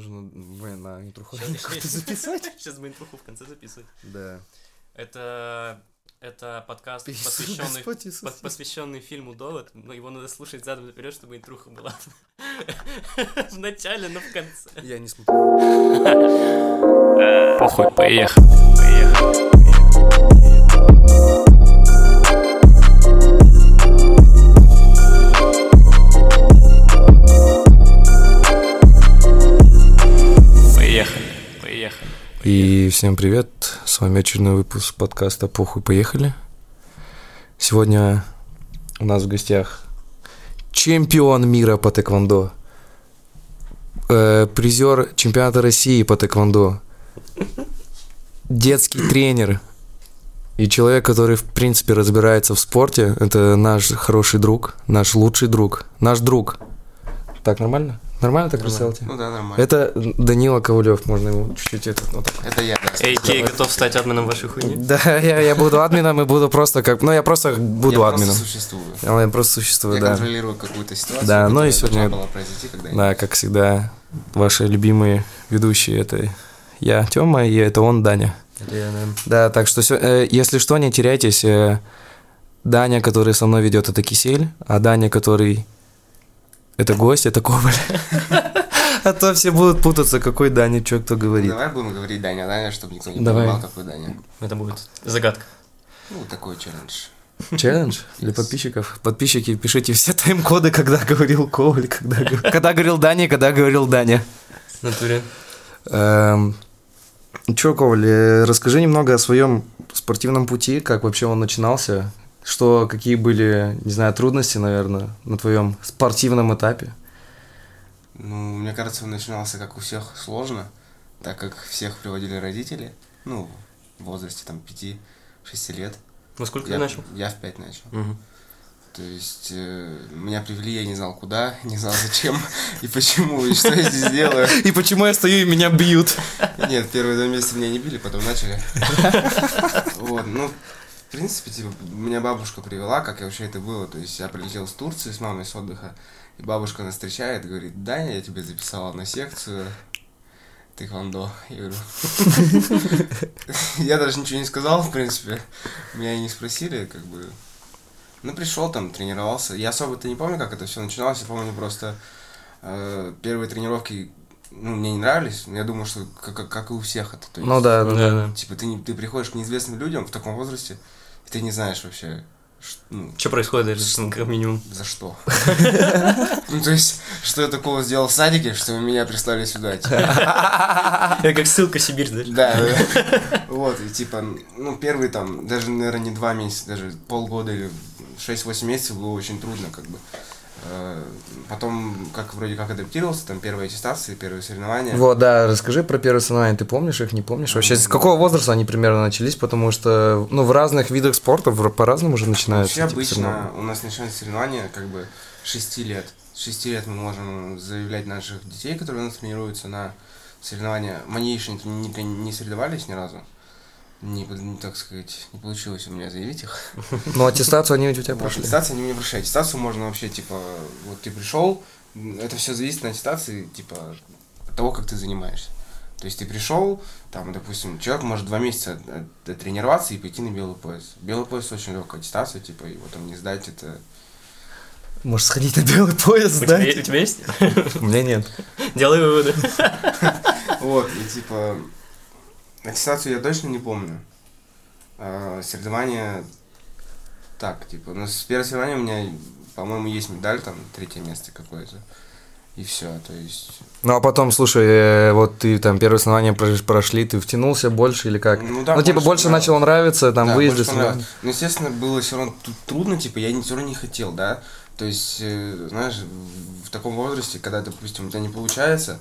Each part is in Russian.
нужно, на интруху как-то записать. Сейчас бы интруху в конце записывать. Да. Это подкаст, Господь Иисус. посвященный фильму «Довод», но его надо слушать задом наперед, чтобы интруха была в начале, но в конце. Я не смотрю. Похуй, поехали. Поехали. И всем привет, с вами очередной выпуск подкаста «Похуй, поехали». Сегодня у нас в гостях чемпион мира по тэквондо, призер чемпионата России по тэквондо, детский тренер и человек, который в принципе разбирается в спорте. Это наш хороший друг, наш лучший друг, наш друг. Так, нормально? Нормально так представил тебя? Ну да, нормально. Это Данила Ковалев, можно его чуть-чуть вот так. Это я, да. Эй, Кей, готов стать админом вашей хуйни? Да, я буду админом и буду просто как... Ну, я просто буду админом. Я Просто существую, я да. контролирую какую-то ситуацию, Да, ну которая и сегодня... должна была произойти когда-нибудь. Да, как всегда, ваши любимые ведущие, это я, Тёма, и это он, Даня. Это я, да. Да, так что, если что, не теряйтесь. Даня, который со мной ведет, это Кисель, а Даня, который... Это гость, это Коваль. А то все будут путаться, какой Даня, что кто говорит. Давай будем говорить Даня, чтобы никто не Давай. понимал, какой Даня. Это будет загадка. Ну, такой челлендж. Челлендж для Yes. подписчиков. Подписчики, пишите все тайм-коды, когда говорил Коваль, когда говорил Даня, когда говорил Даня. В натуре. Чё, Коваль, расскажи немного о своем спортивном пути, как вообще он начинался, какие были, не знаю, трудности, наверное, на твоем спортивном этапе. Ну, мне кажется, он начинался, как у всех, сложно, так как всех приводили родители, ну, в возрасте, там, 5-6 лет. Во сколько ты начал? Я в 5 начал. Угу. То есть, меня привели, я не знал куда, не знал зачем и почему, и что я здесь делаю. И почему я стою и меня бьют? Нет, первые 2 месяца меня не били, потом начали. Вот, ну, в принципе, типа, меня бабушка привела, как вообще это было. То есть, я прилетел с Турции с мамой с отдыха, и бабушка нас встречает, говорит: Даня, я тебя записала на секцию тэквондо. Я говорю... Я даже ничего не сказал, в принципе. Меня и не спросили, как бы... Ну, пришел там, тренировался. Я особо-то не помню, как это все начиналось. Я помню просто первые тренировки, ну, мне не нравились. Но я думаю, что как и у всех это. То есть, Ну да. типа, ты приходишь к неизвестным людям в таком возрасте, и ты не знаешь вообще, Что происходит, как минимум? за что. Ну, то есть, что я такого сделал в садике, что меня прислали сюда. Это как ссылка в Сибирь, знаешь? Да. Вот, и типа, ну, первые там, даже, наверное, не 2 месяца, даже полгода или 6-8 месяцев было очень трудно, как бы. Потом, вроде как адаптировался, там, первые аттестации, первые соревнования. Вот, да, расскажи про первые соревнования, ты помнишь их, не помнишь? Вообще, с какого возраста они примерно начались? Потому что, ну, в разных видах спорта по-разному уже начинаются. Вообще, обычно у нас начинаются соревнования, как бы, 6 лет. С 6 лет мы можем заявлять наших детей, которые у нас тренируются, на соревнования. Манейшники не соревновались ни разу. Так сказать, не получилось у меня заявить их. Ну, аттестацию они у тебя прошли. Аттестацию они у меня прошли. Аттестацию можно вообще, типа, вот ты пришел, это все зависит на аттестации, типа, от того, как ты занимаешься. То есть ты пришел, там, допустим, человек может 2 месяца тренироваться и пойти на белый пояс. Белый пояс очень легкая аттестация, типа, его там не сдать, это... Можешь сходить на белый пояс, да? У тебя есть? У меня нет. Делай выводы. Вот, и типа... Аттестацию я точно не помню. Соревнования... Так, типа, ну, с первого соревнования у меня, по-моему, есть медаль, там, 3-е место какое-то. И все, то есть... Ну, а потом, слушай, вот ты там первые соревнования прошли, ты втянулся больше или как? Ну, да, ну типа, больше начало нравиться, там, да, выезды. Ну, естественно, было все равно трудно, типа, я все равно не хотел, да? То есть, знаешь, в таком возрасте, когда, допустим, у тебя не получается...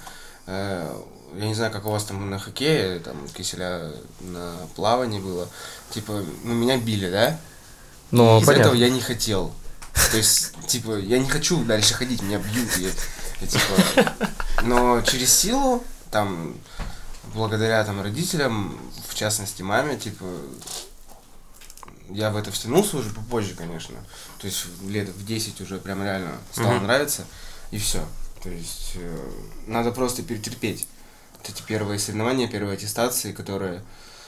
Я не знаю, как у вас там на хоккее, там, Киселя на плавании было. Типа, ну, меня били, да? Ну, из понятно. этого я не хотел. То есть, типа, я не хочу дальше ходить, меня бьют. Типа... Но через силу, там, благодаря там родителям, в частности маме, типа, я в это втянулся уже попозже, конечно. То есть, лет в 10 уже прям реально стало нравиться, и все. То есть надо просто перетерпеть вот эти первые соревнования, первые аттестации, которые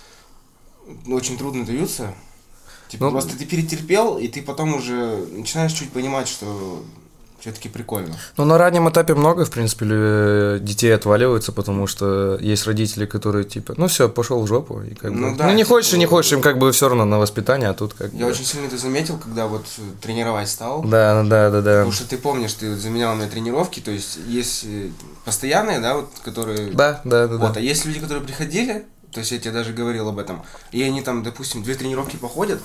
очень трудно даются. Типа, Ну, просто ты перетерпел, и ты потом уже начинаешь чуть понимать, что все-таки прикольно. Ну, на раннем этапе много, в принципе, детей отваливаются, потому что есть родители, которые типа, ну все, пошел в жопу, и как Ну бы, да, ну не типа, хочешь и не хочешь, им как бы все равно на воспитание, а тут как Я бы... очень сильно это заметил, когда вот тренировать стал. Да. Потому что ты помнишь, ты вот заменял мне тренировки, то есть есть постоянные, да, вот, которые... Да. Вот, а есть люди, которые приходили, то есть я тебе даже говорил об этом, и они там, допустим, 2 тренировки походят,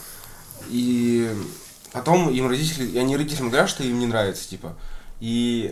и потом им родители, и они родителям говорят, что им не нравится, типа, и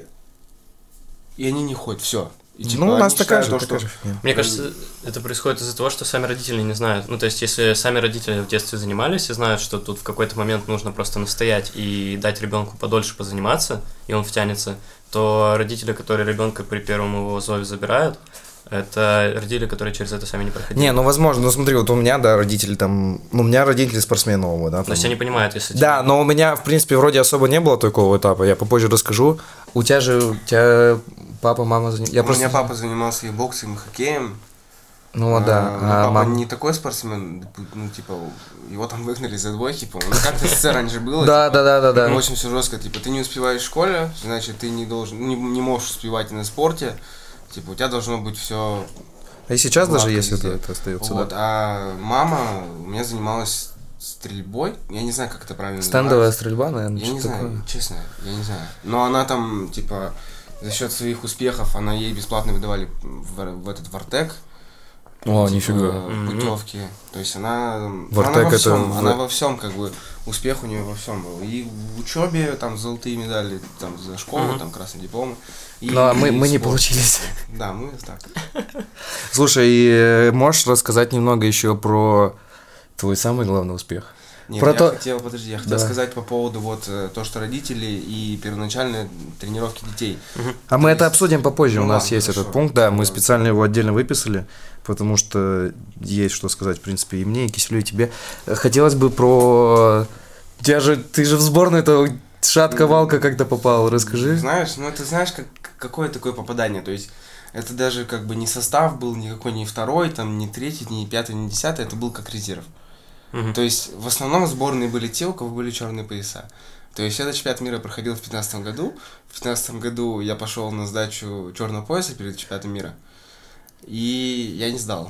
они не ходят, все. И, типа, Ну, у они нас такая считают же, то, такая что- же фигня. Мне кажется, это происходит из-за того, что сами родители не знают. Ну, то есть, если сами родители в детстве занимались и знают, что тут в какой-то момент нужно просто настоять и дать ребенку подольше позаниматься, и он втянется, то родители, которые ребенка при первом его зове забирают, это родители, которые через это сами не проходили. Не, ну возможно, ну смотри, вот у меня, да, родители там, ну у меня родители спортсмены оба, да. То есть там. они понимают, если... Да, но у меня, в принципе, вроде особо не было такого этапа, я попозже расскажу. У тебя папа, мама занимались? У меня папа занимался и боксом, и хоккеем. Ну вот да, Но а папа мама... не такой спортсмен, ну, типа, его там выгнали за двойки, по-моему. Ну, как-то СССР раньше было. Да. Ну, очень все жестко, типа, ты не успеваешь в школе, значит, ты не должен, не можешь успевать и на спорте. Типа, у тебя должно быть все. А и сейчас даже гладко если везде. это остается, Вот, да. а мама у меня занималась стрельбой. Я не знаю, как это правильно Стендовая называется. стрельба, наверное, Я не что-то знаю, такое. честно, я не знаю. Но она там, типа, за счет своих успехов, она ей бесплатно выдавали в этот Вартек. О, нифига. Путевки. То есть она Вартек она во это всем, в- она во всем, как бы, успех у нее во всем был. И в учебе там золотые медали, там за школу, там красный диплом. И, Ну, а мы и не спорт. получились. Да, мы так. Слушай, можешь рассказать немного еще про твой самый главный успех? Нет, Про я то- хотел, подожди, я хотел Давай. сказать по поводу вот то, что родители и первоначальные тренировки детей. А мы То это есть- обсудим попозже, у Ну нас ладно, есть хорошо. этот пункт, да, мы Давай. специально его отдельно выписали, потому что есть что сказать, в принципе, и мне, и Киселю, и тебе. Хотелось бы про... Ты же в сборную-то шатка-валка как-то попал, расскажи. Знаешь, ну это знаешь, какое такое попадание, то есть это даже как бы не состав был никакой, не второй, там, не третий, не пятый, не десятый, это был как резерв. Мгм. То есть в основном сборные были те, у кого были черные пояса. То есть этот чемпионат мира проходил в 2015 году. В 2015 году я пошел на сдачу черного пояса перед чемпионатом мира. И я не сдал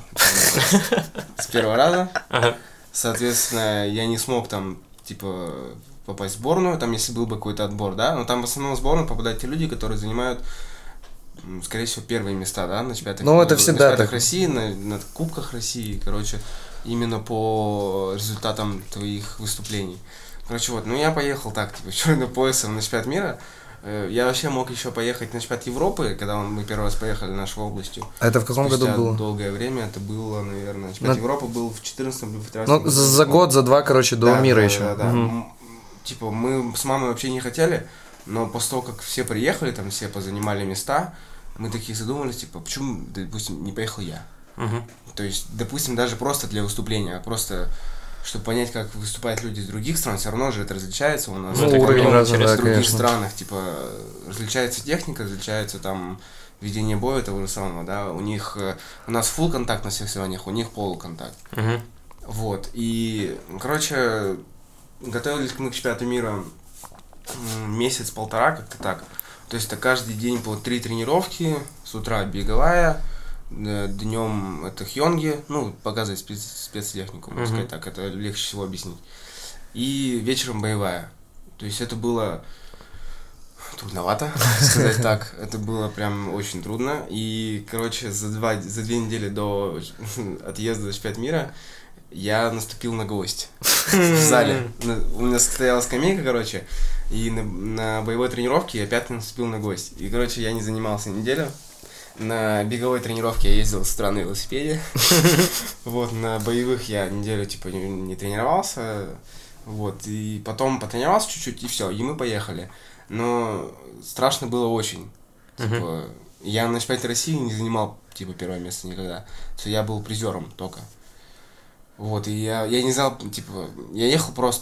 с первого раза. Ага. Соответственно, я не смог там, типа, попасть в сборную, там, если был бы какой-то отбор, да, но там в основном в сборную попадают те люди, которые занимают, скорее всего, первые места, да, на чемпионатах, Ну, это на всегда чемпионатах так. России, на кубках России, короче, именно по результатам твоих выступлений. Короче, вот, ну я поехал так, типа, черным поясом на чемпионат мира. Я вообще мог еще поехать на чемпионат Европы, когда мы первый раз поехали нашей областью. Это в каком году Спустя было? долгое время, это было, наверное, чемпионат На- Европы был в 14-м или в 13-м Ну, году. за год, за два, короче, до Да, мира да, еще. Да, да. Мгм. Типа, мы с мамой вообще не хотели, но после того, как все приехали, там все позанимали места, мы такие задумались, типа, почему, допустим, не поехал я? Мгм. То есть, допустим, даже просто для выступления, а просто чтобы понять, как выступают люди из других стран, все равно же это различается у нас. Ну, Это уровень как разный, да, в других конечно. странах, типа, различается техника, различается там ведение боя того же самого, да, у них, у нас full контакт на всех соревнованиях, у них полуконтакт. Мгм. Вот, и, короче, готовились мы к чемпионату мира месяц-полтора, как-то так. То есть это каждый день по 3 тренировки, с утра беговая, днем это хьонги, ну, показывать спецтехнику, можно сказать так, это легче всего объяснить. И вечером боевая. То есть это было трудновато, сказать так. Это было прям очень трудно. И, короче, за 2 недели до отъезда до чемпионата мира я наступил на гвоздь в зале. У меня стояла скамейка, короче, и на боевой тренировке я опять наступил на гвоздь. И, короче, я не занимался неделю. На беговой тренировке я ездил с утра на велосипеде. Вот, на боевых я неделю, типа, не тренировался. Вот, и потом потренировался чуть-чуть, и все, и мы поехали. Но страшно было очень. Типа, я на чемпионате России не занимал, типа, первое место никогда. То я был призером только. Вот, и я не знал, типа, я ехал просто.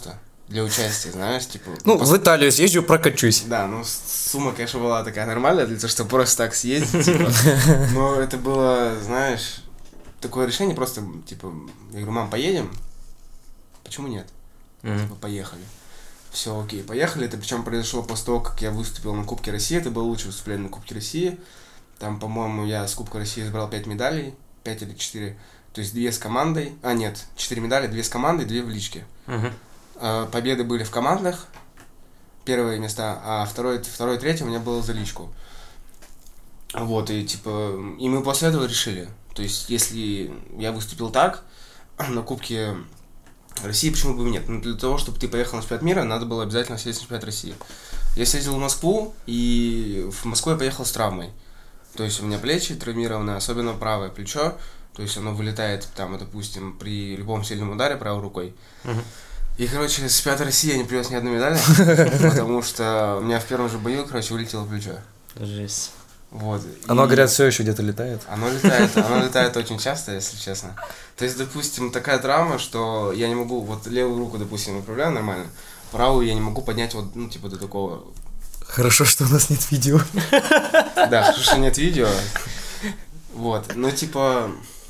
для участия, знаешь, типа... Ну, в Италию съезжу, прокачусь. Да, ну, сумма, конечно, была такая нормальная для того, чтобы просто так съездить, типа. Но это было, знаешь, такое решение просто, типа, я говорю, мам, поедем? Почему нет? Типа, поехали. Все, окей, поехали. Это причем произошло после того, как я выступил на Кубке России. Это было лучшее выступление на Кубке России. Там, по-моему, я с Кубка России забрал 5 медалей, 5 или 4. То есть 2 с командой. А, нет, 4 медали, 2 с командой, 2 в личке. Победы были в командах, первые места, а второе, третье у меня было за личку. Вот, и типа, и мы после этого решили. То есть, если я выступил так, на Кубке России, почему бы и нет? Ну, для того, чтобы ты поехал на чемпионат мира, надо было обязательно съездить на чемпионат России. Я съездил в Москву, и в Москву я поехал с травмой. То есть, у меня плечи травмированы, особенно правое плечо. То есть, оно вылетает, там, допустим, при любом сильном ударе правой рукой. И, короче, с чемпионата России я не привез ни одной медали, потому что у меня в первом же бою, короче, вылетело плечо. Жесть. Вот. Оно, говорят, все еще где-то летает. Оно летает очень часто, если честно. То есть, допустим, такая травма, что я не могу, вот левую руку, допустим, управляю нормально, правую я не могу поднять вот, ну, типа, до такого. Хорошо, что у нас нет видео. Да, хорошо, что нет видео. Вот, ну, типа,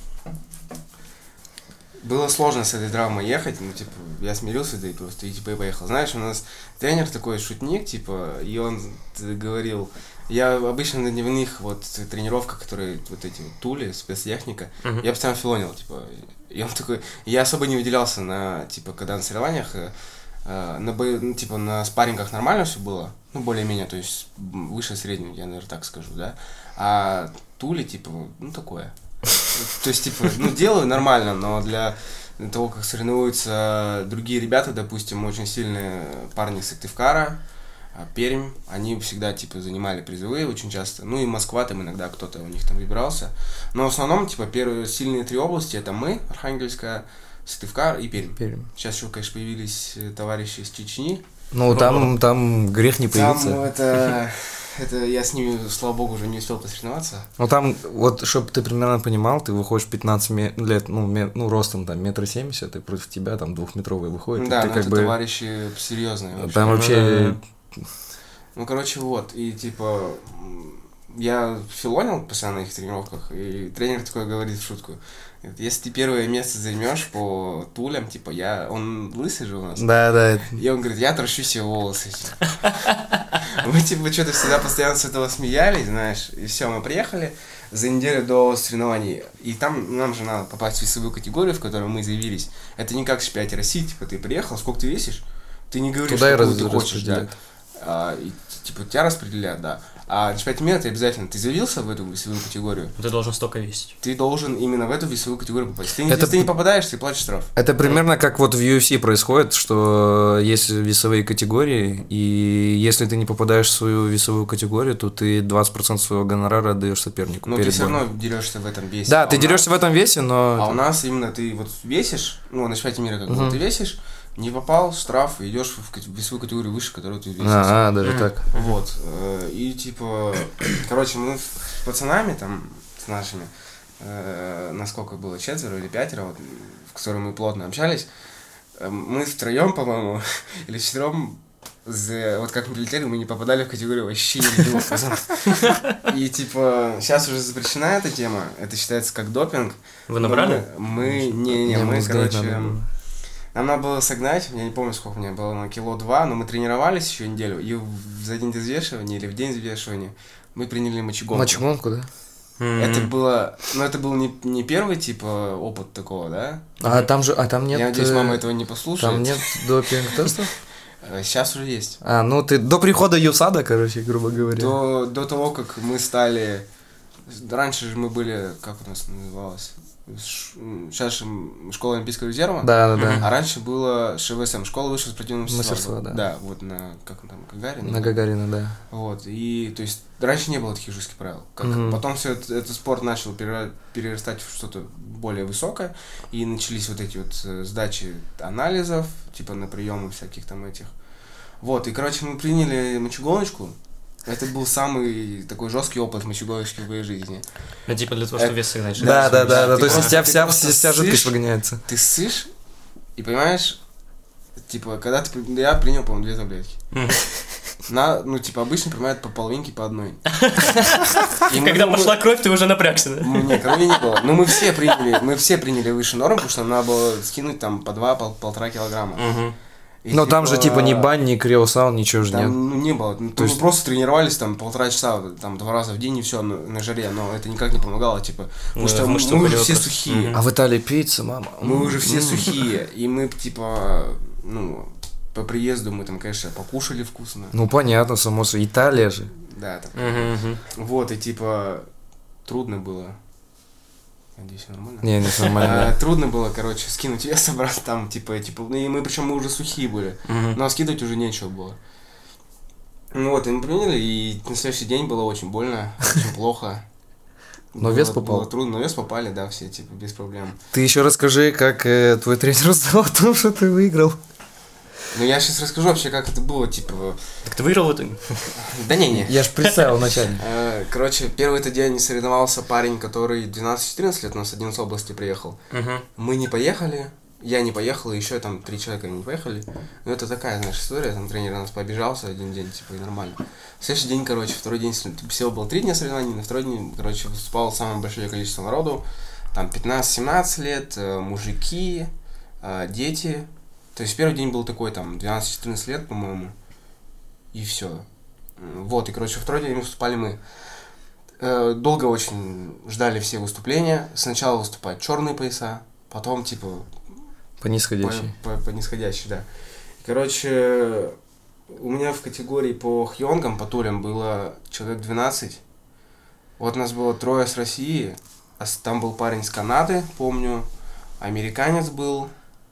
было сложно с этой травмой ехать, ну, типа, я смирился, да и просто, и, типа, и поехал. Знаешь, у нас тренер такой шутник, типа, и он говорил, я обычно на дневных вот тренировках, которые вот эти вот тули, спецтехника, я постоянно филонил, типа, и он такой, я особо не выделялся на, типа, когда на соревнованиях, на бою, ну, типа, на спаррингах нормально все было, ну, более-менее, то есть, выше среднего, я, наверное, так скажу, да, а тули, типа, ну, такое. То есть, типа, ну, делаю нормально, но для того, как соревнуются другие ребята, допустим, очень сильные парни с Сыктывкара, Пермь, они всегда, типа, занимали призовые очень часто. Ну, и Москва, там иногда кто-то у них там выбирался. Но в основном, типа, первые сильные 3 области, это мы, Архангельская, Сыктывкар и Пермь. Сейчас еще, конечно, появились товарищи из Чечни. Ну, там грех не появиться. Там это я с ними, слава богу, уже не успел посоревноваться. Ну, там, вот, чтобы ты примерно понимал, ты выходишь 15 лет, ну, ростом, там, 1,70 м, и против тебя, там, 2-метровый выходит. Да, ты, ну, как это бы... товарищи серьезные. Вообще. Там вообще... Ну, короче, вот, и, типа, я филонил постоянно на их тренировках, и тренер такой говорит в шутку, если ты первое место займешь по тулям, типа, он лысый же у нас. Да. И он говорит, я трощу себе волосы. Мы, типа, что-то всегда постоянно с этого смеялись, знаешь, и все, мы приехали за неделю до соревнований, и там нам же надо попасть в весовую категорию, в которой мы заявились. Это не как в чемпионате России, типа, ты приехал, сколько ты весишь, ты не говоришь, туда какую ты хочешь, да. И, типа, тебя распределяют, да. А на чемпионате мира ты обязательно, ты заявился в эту весовую категорию. Ты должен столько весить. Ты должен именно в эту весовую категорию попасть. Если ты не попадаешь, ты платишь штраф. Это примерно как вот в UFC происходит, что есть весовые категории, и если ты не попадаешь в свою весовую категорию, то ты 20% своего гонорара отдаешь сопернику. Но ты все равно дерешься в этом весе. Да, ты дерешься в этом весе, но... А у нас именно ты вот весишь, ну, на чемпионате мира как бы ты весишь, не попал, штраф, идешь в весовую категорию выше, которую ты весишь. Даже так. Вот. И типа, короче, мы с пацанами там, с нашими, насколько было, 4 или 5, вот, с которыми мы плотно общались, мы втроем, по-моему, или 4, вот как мы прилетели, мы не попадали в категорию вообще не пацанов. И типа, сейчас уже запрещена эта тема, это считается как допинг. Вы набрали? Мы, короче... Нам надо было согнать, я не помню, сколько мне было, на 2 кило, но мы тренировались еще неделю, и за день до взвешивания или в день взвешивания мы приняли мочегонку. Мочегонку, да? Это было, это был не первый, типа, опыт такого, да? Там нет... Я надеюсь, мама этого не послушает. Там нет допинг-тестов? Сейчас уже есть. Ты до прихода ЮСАДА, короче, грубо говоря. До того, как мы стали... Раньше же мы были, как у нас называлось? Сейчас школа Олимпийского резерва, да. А раньше было ШВСМ, школа высшего спортивного мастерства, да. Да, вот на, как он там, Гагарина. На Гагарина, да. Вот, и, то есть, раньше не было таких жестких правил. Потом все этот спорт начал перерастать в что-то более высокое, и начались вот эти вот сдачи анализов, типа на приемы всяких там этих. Вот, и, короче, мы приняли мочегоночку. Это был самый такой жесткий опыт мочегоночки в моей жизни. Ну, типа для того, чтобы вес согнать. Да. То есть у тебя вся жидкость выгоняется. Ты ссышь, и понимаешь, типа, когда я принял, по-моему, 2 таблетки. Ну, типа, обычно принимают по половинке, по одной. Когда пошла кровь, ты уже напрягся, да? Нет, крови не было. Но мы все приняли выше нормы, потому что нам надо было скинуть там по 2-1,5 килограмма. Но там же типа ни бань, ни криосаун, ничего же нет. Там не было. То есть просто тренировались там 1,5 часа, там 2 раза в день и все на жаре, но это никак не помогало, типа, потому что мы уже все сухие. А в Италии пицца, мама. Мы уже все сухие, и мы типа, ну, по приезду мы там, конечно, покушали вкусно. Ну понятно, само собой, Италия же. Да, так. Вот, и типа трудно было. Надеюсь, все нормально? Не нормально. Трудно было, короче, скинуть вес обратно там, типа, и мы, причем мы уже сухие были, но скидывать уже нечего было. Ну вот, и мы приняли, и на следующий день было очень больно, очень плохо. Но вес попал? Было трудно, но вес попали, да, все, типа, без проблем. Ты еще расскажи, как твой тренер узнал о том, что ты выиграл. Ну, я сейчас расскажу вообще, как это было, типа... Так ты выиграл в итоге? Да не. Я ж представил вначале. Короче, первый этот день соревновался парень, который 12-14 лет у нас с 11 области приехал. Мы не поехали, я не поехал, и еще там 3 человека не поехали. Ну, это такая, знаешь, история, там тренер у нас пообижался один день, типа, и нормально. Следующий день, короче, второй день, всего было 3 дня соревнований, на второй день, короче, выступало самое большое количество народу. Там 15-17 лет, мужики, дети. То есть первый день был такой, там, 12-14 лет, по-моему, и все. Вот, и, короче, второй день выступали мы. Долго очень ждали все выступления. Сначала выступают черные пояса, потом, типа... По нисходящей. По нисходящей, да. Короче, у меня в категории по хьонгам, по тулям было человек 12. Вот нас было 3 с России, там был парень с Канады, помню, американец был...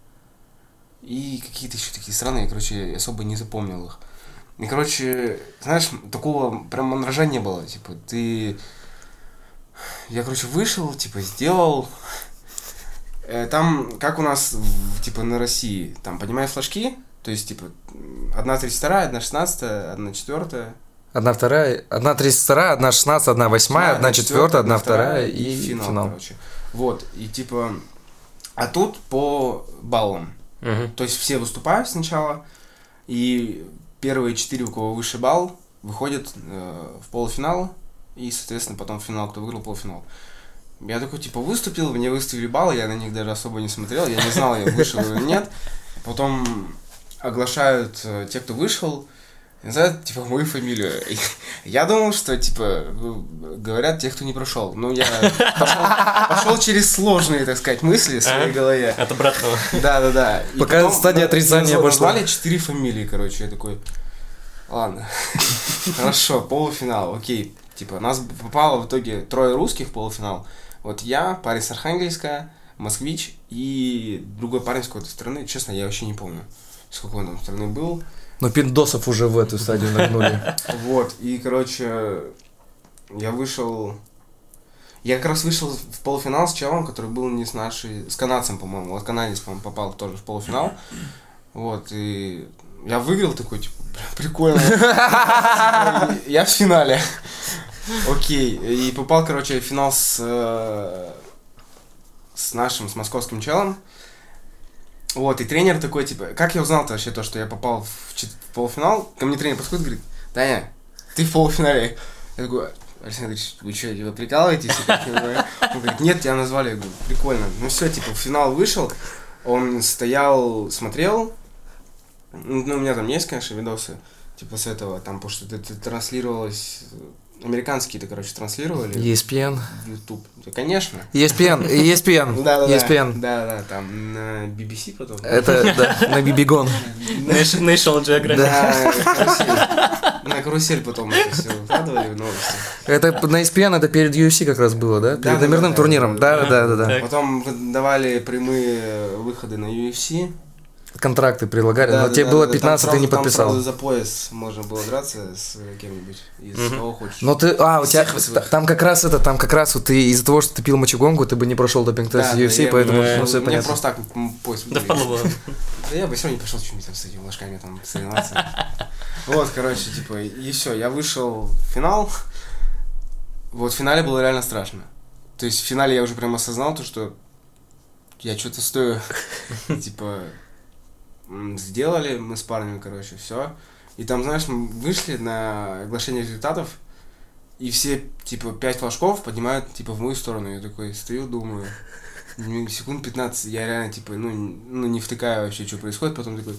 И какие-то еще такие страны, короче, особо не запомнил их. И, короче, знаешь, такого прям мандража не было. Типа, я, короче, вышел, типа, сделал... Там, как у нас, типа, на России, там, поднимаешь флажки, то есть, типа, 1,32, 1,16, 1,4. 1,2, 1,32, 1,16, 1,8, 1,4, 1,2 и финал. Короче. Вот, и, типа... А тут по баллам. То есть все выступают сначала, и первые 4, у кого выше балл, выходят в полуфинал, и, соответственно, потом в финал, кто выиграл полуфинал. Я такой, типа, выступил, мне выставили баллы, я на них даже особо не смотрел, я не знал, я вышел или нет. Потом оглашают те, кто вышел, называют, типа, мою фамилию. Я думал, что, типа, говорят те, кто не прошел. Ну, я пошел через сложные, так сказать, мысли в своей голове. От обратного. Да. Пока стадия отрицания пошла. Назвали 4 фамилии, короче, я такой, ладно, хорошо, полуфинал, окей. Типа, нас попало в итоге 3 русских в полуфинал. Вот я, парень с Архангельска, москвич и другой парень с какой-то страны. Честно, я вообще не помню, с какой он там страны был. Но пиндосов уже в эту стадию нагнули. Вот, и, короче, я как раз вышел в полуфинал с челом, который был не с нашей, с канадцем, по-моему. Вот канадец, по-моему, попал тоже в полуфинал. Вот, и я выиграл такой, типа, прикольно. Я в финале. Окей, и попал, короче, в финал с нашим, с московским челом. Вот, и тренер такой, типа, как я узнал-то вообще то, что я попал в полуфинал? Ко мне тренер подходит и говорит, Таня, ты в полуфинале. Я такой, Александр Ильич, вы что, вы прикалываетесь? Он говорит, нет, тебя назвали. Я говорю, прикольно. Ну все, типа, в финал вышел, он стоял, смотрел. Ну, у меня там есть, конечно, видосы, типа, с этого, там, потому что это транслировалось... Американские-то, короче, транслировали. ESPN. YouTube. Да, конечно. ESPN. Да, там на BBC потом. Это, да, на Бибигон. National Geographic. Да, на карусель потом это все выкладывали в новости. Это на ESPN, это перед UFC как раз было, да? Перед номерным турниром. Да. Потом давали прямые выходы на UFC. Контракты предлагали, но тебе было 15, ты не подписал. Там за пояс можно было драться с кем-нибудь из кого хочешь. Но ты, у тебя, там как раз вот ты из-за того, что ты пил мочегонгу, ты бы не прошел допинг-тест UFC, поэтому все мне понятно. просто так пояс Да впадло было. Да я бы все равно не пошел что-нибудь там с этими ложками там соревноваться. Вот, короче, типа, и все, я вышел в финал. Вот в финале было реально страшно. То есть в финале я уже прям осознал то, что я что-то стою, типа... сделали мы с парнями, короче, все. И там, знаешь, мы вышли на оглашение результатов, и все, типа, 5 флажков поднимают, типа, в мою сторону. Я такой стою, думаю, секунд 15, я реально, типа, ну не втыкаю вообще, что происходит, потом такой...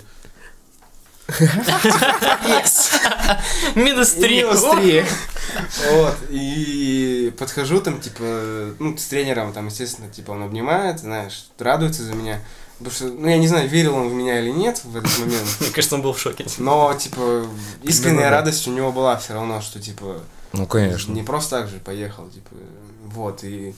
Минус 3. Минус 3. Вот, и подхожу там, типа, ну, с тренером, там, естественно, типа, он обнимает, знаешь, радуется за меня. Потому что, ну, я не знаю, верил он в меня или нет в этот момент. Мне кажется, он был в шоке. Но, типа, искренняя радость у него была все равно, что, типа... Ну, конечно. Не просто так же поехал, типа, вот, и...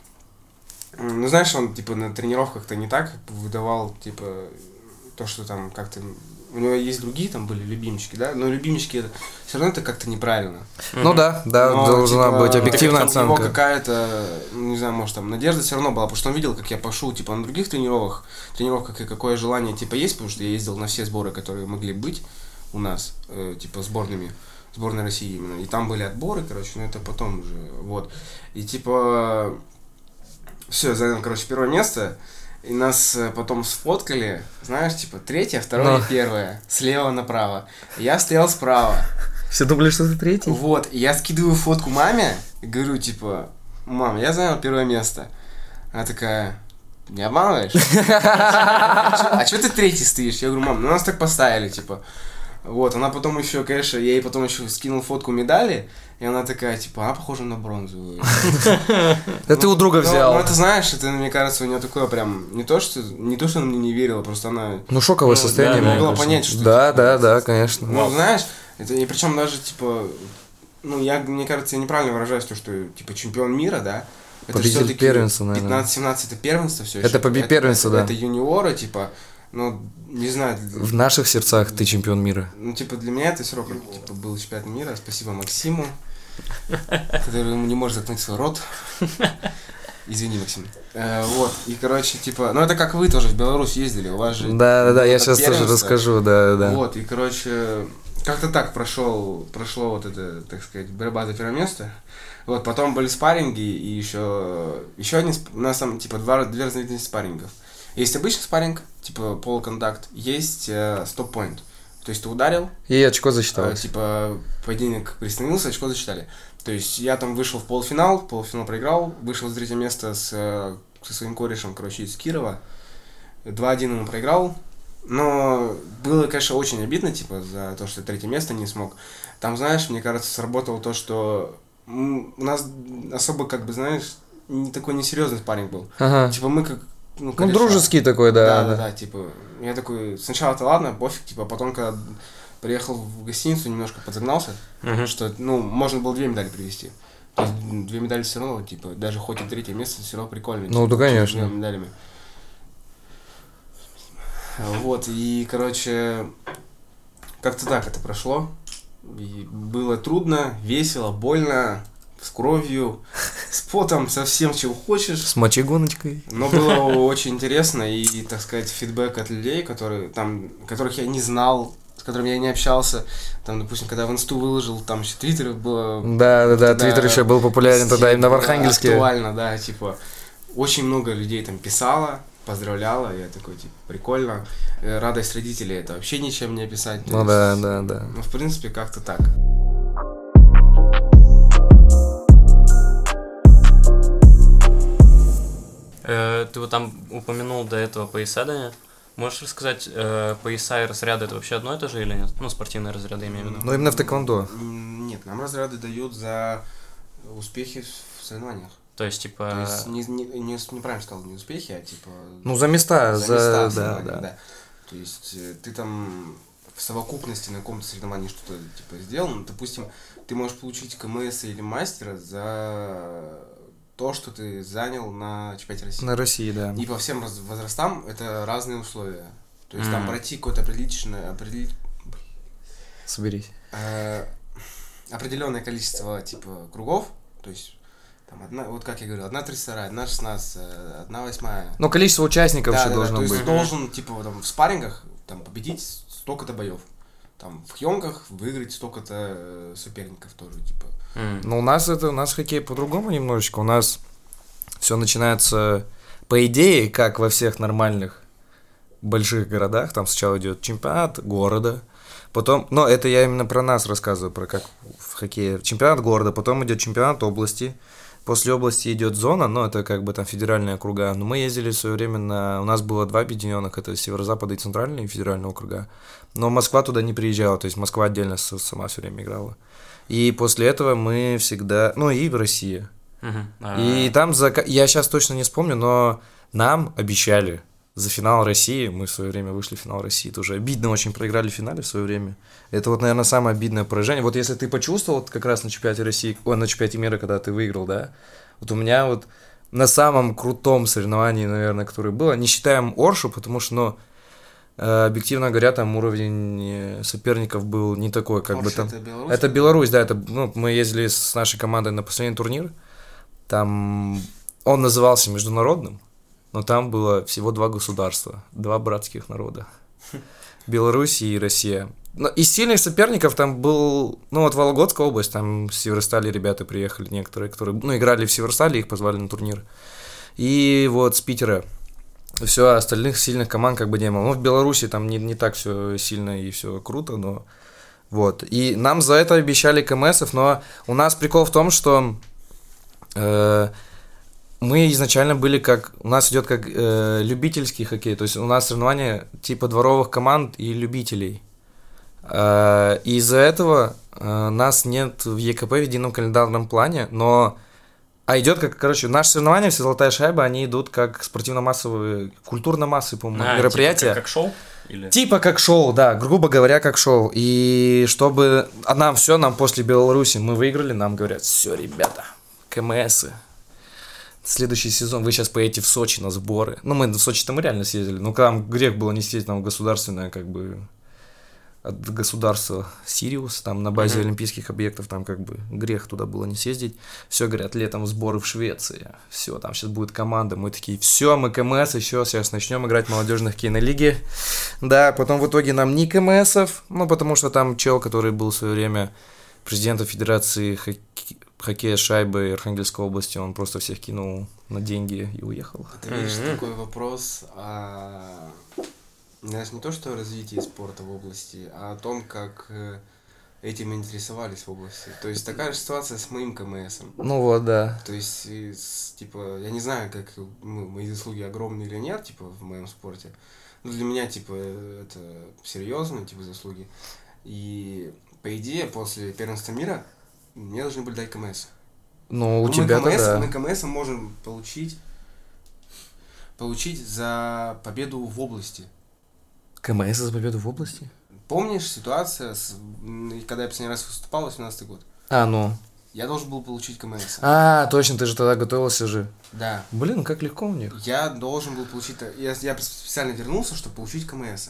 Ну, знаешь, он, типа, на тренировках-то не так выдавал, типа, то, что там как-то... У него есть другие там были любимчики, да? Но любимчики это все равно это как-то неправильно. Ну да, Но, должна типа, быть объективная у него оценка. какая-то, ну, не знаю, может там надежда все равно была, потому что он видел, как я пошел, типа, на других тренировках, и какое желание, типа, есть, потому что я ездил на все сборы, которые могли быть у нас, типа, сборной России именно. И там были отборы, короче, но это потом уже, вот. И типа, все, занял, короче, первое место. И нас потом сфоткали, знаешь, типа, 3-е, 2-е, 1-е, слева направо. Я стоял справа. Все думали, что ты 3-й? Вот, и я скидываю фотку маме и говорю, типа, мам, я занял 1-е место. Она такая, не обманываешь? А что ты 3-й стоишь? Я говорю, мам, ну нас так поставили, типа. Вот, она потом еще, конечно, я ей потом еще скинул фотку медали, и она такая, типа, она похожа на бронзовую. Это ты у друга взял. Ну, это, знаешь, это, мне кажется, у нее такое прям, не то, что она мне не верила, просто она... Ну, шоковое состояние. не могла понять, что... Да, конечно. Ну, знаешь, это, и причем даже, типа, ну, мне кажется, я неправильно выражаюсь, то, что, типа, чемпион мира, да? Победитель первенства, наверное. 15-17 это первенство все еще. Это победитель первенства, да. Это юниоры, типа... Ну, не знаю. В наших сердцах ты чемпион мира. Ну, типа, для меня это все равно, типа, был чемпионат мира. Спасибо Максиму, который не может заткнуть свой рот. Извини, Максим. Вот, и, короче, типа, ну, это как вы тоже в Беларусь ездили, у вас же... Да, я сейчас тоже расскажу, да. Вот, и, короче, как-то так прошло вот это, так сказать, борьба за первое место. Вот, потом были спарринги, и еще одни, у нас там, типа, две разновидности спаррингов. Есть обычный спарринг, типа полуконтакт, есть стоп-поинт. То есть ты ударил. И очко засчиталось. Типа поединок приостановился, очко засчитали. То есть я там вышел в полуфинал проиграл, вышел с 3-е место со своим корешем, короче, из Кирова. 2-1 ему проиграл. Но было, конечно, очень обидно, типа, за то, что 3-е место не смог. Там, знаешь, мне кажется, сработало то, что у нас особо, как бы, знаешь, такой несерьезный спарринг был. Ага. Типа мы как... Ну, дружеский такой, да. Да, типа, я такой, сначала-то ладно, пофиг, типа, потом, когда приехал в гостиницу, немножко подзагнался, что, ну, можно было 2 медали привезти. То есть 2 медали все равно, типа, даже хоть и 3-е место, все равно прикольно. Ну, типа, да, конечно. 2 медалями. Вот, и, короче, как-то так это прошло. И было трудно, весело, больно, с кровью, с потом, со всем, чего хочешь. С мочегоночкой. Но было очень интересно, и, так сказать, фидбэк от людей, которых я не знал, с которыми я не общался. Там, допустим, когда в инсту выложил, там еще твиттер было... Да, твиттер еще был популярен тогда именно в Архангельске. Актуально, да, типа, очень много людей там писало, поздравляло, я такой, типа, прикольно. Радость родителей это вообще ничем не описать. Ну да. Ну, в принципе, как-то так. Ты вот там упомянул до этого пояса, Даня. Можешь рассказать, пояса и разряды это вообще одно и то же или нет? Ну, спортивные разряды, я имею в виду. Ну, именно в тэквондо. Нет, нам разряды дают за успехи в соревнованиях. То есть, типа... То есть, неправильно сказал, не успехи, а типа... Ну, за места, да. То есть, ты там в совокупности на каком-то соревновании что-то, типа, сделал. Ну, допустим, ты можешь получить КМС или мастера за... то, что ты занял на чемпионате России. На России, да. И по всем возрастам это разные условия. То есть там пройти какое-то Соберись. Определенное количество типа кругов. То есть там вот как я говорил, 1/32, 1/16, 1/8. Ну, количество участников еще должно быть. То есть ты должен, типа, там, в спаррингах там, победить столько-то боев. Там в съемках выиграть столько-то соперников тоже, типа. Но у нас хоккей по-другому немножечко. У нас все начинается, по идее, как во всех нормальных больших городах, там сначала идет чемпионат города, потом, но это я именно про нас рассказываю, про как в хоккее. Чемпионат города, потом идет чемпионат области, после области идет зона, но это как бы там федеральные округа. Но мы ездили в свое время у нас было 2 объединенных, это северо-запада и центральные федеральные округа. Но Москва туда не приезжала, то есть Москва отдельно сама все время играла. И после этого мы всегда, ну и в России. И там, я сейчас точно не вспомню, но нам обещали за финал России, мы в свое время вышли в финал России, тоже обидно очень проиграли в финале в свое время. Это вот, наверное, самое обидное поражение. Вот если ты почувствовал вот как раз на чемпионате России, на чемпионате мира, когда ты выиграл, да, вот у меня вот на самом крутом соревновании, наверное, которое было, не считаем Оршу, потому что, ну, объективно говоря, там уровень соперников был не такой, как бы там. Это Беларусь? Это Беларусь, да, это, ну, мы ездили с нашей командой на последний турнир, там он назывался международным, но там было всего 2 государства, 2 братских народа. Беларусь и Россия. Но из сильных соперников там был, ну вот Вологодская область, там с Северстали ребята приехали некоторые, которые, ну, играли в Северстали, их позвали на турнир. И вот с Питера. Все, остальных сильных команд как бы не было. Ну, в Беларуси там не так все сильно и все круто, но вот. И нам за это обещали КМСов, но у нас прикол в том, что мы изначально были как... У нас идет как любительский хоккей, то есть у нас соревнования типа дворовых команд и любителей. И из-за этого нас нет в ЕКП в едином календарном плане, но... А идет как, короче, наши соревнования, все «Золотая шайба», они идут как спортивно-массовые, культурно-массовые, по-моему, мероприятия. Типа как шоу? Или... Типа как шоу, да, грубо говоря, как шоу. И чтобы... А нам после Беларуси мы выиграли, нам говорят: все, ребята, КМСы, следующий сезон вы сейчас поедете в Сочи на сборы. Ну, мы в Сочи-то мы реально съездили. Ну, там грех было не съездить, там государственное, как бы, от государства Сириус, там на базе олимпийских объектов, там как бы грех туда было не съездить. Все, говорят, летом сборы в Швеции. Все, там сейчас будет команда. Мы такие: все, мы КМС, еще сейчас начнем играть в молодежных кинолиге. Да, потом в итоге нам не КМСов, ну, потому что там чел, который был в свое время президентом Федерации хоккея с шайбой Архангельской области, он просто всех кинул на деньги и уехал. Это, видишь, такой вопрос даже не то, что о развитии спорта в области, а о том, как этим интересовались в области. То есть такая же ситуация с моим КМСом. Ну вот, да. То есть, типа, я не знаю, как мои заслуги огромные или нет, типа, в моем спорте. Но для меня, типа, это серьезные, типа, заслуги. И, по идее, после первенства мира мне должны были дать КМС. Ну, у тебя-то, да. Мы КМС можем получить за победу в области. КМС за победу в области? Помнишь ситуация, когда я последний раз выступал, 18-й год? Ну. Я должен был получить КМС. Точно, ты же тогда готовился же. Да. Блин, как легко у них. Я должен был получить... Я специально вернулся, чтобы получить КМС.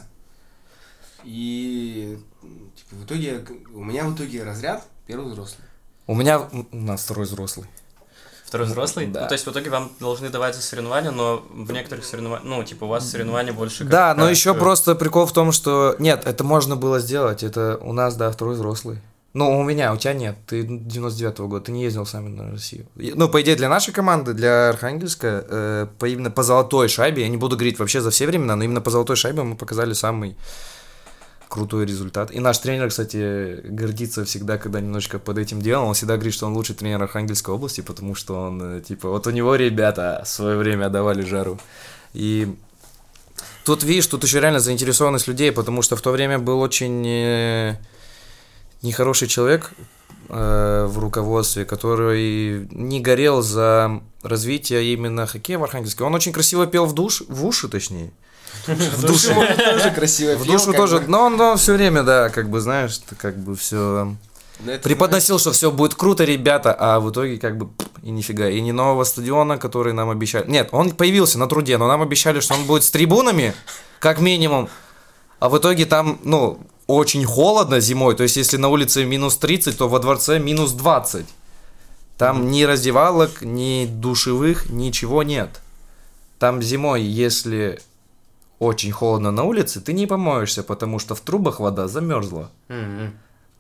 И типа, в итоге... У меня в итоге разряд первый взрослый. У нас второй взрослый. Второй взрослый? Да. Ну, то есть в итоге вам должны давать за соревнования, но в некоторых соревнованиях, ну, типа у вас соревнования больше как... Да, но еще просто прикол в том, что... Нет, это можно было сделать, это у нас, да, второй взрослый. Ну, у тебя нет, ты 99-го года, ты не ездил сами на Россию. Ну, по идее, для нашей команды, для Архангельска, именно по «Золотой шайбе», я не буду говорить вообще за все времена, но именно по «Золотой шайбе» мы показали самый крутой результат. И наш тренер, кстати, гордится всегда, когда немножечко под этим делом. Он всегда говорит, что он лучший тренер Архангельской области, потому что он, типа, вот у него ребята в свое время давали жару. И тут, видишь, тут еще реально заинтересованность людей, потому что в то время был очень нехороший человек в руководстве, который не горел за развитие именно хоккея в Архангельске. Он очень красиво пел в уши, точнее. В душу тоже красиво пел. В душу тоже, но он все время, да, как бы, знаешь, как бы все преподносил, что все будет круто, ребята, а в итоге как бы и нифига. И ни нового стадиона, который нам обещали. Нет, он появился на труде, но нам обещали, что он будет с трибунами, как минимум. А в итоге там, ну, очень холодно зимой. То есть, если на улице минус 30, то во дворце минус 20. Там ни раздевалок, ни душевых, ничего нет. Там зимой, если очень холодно на улице, ты не помоешься, потому что в трубах вода замерзла.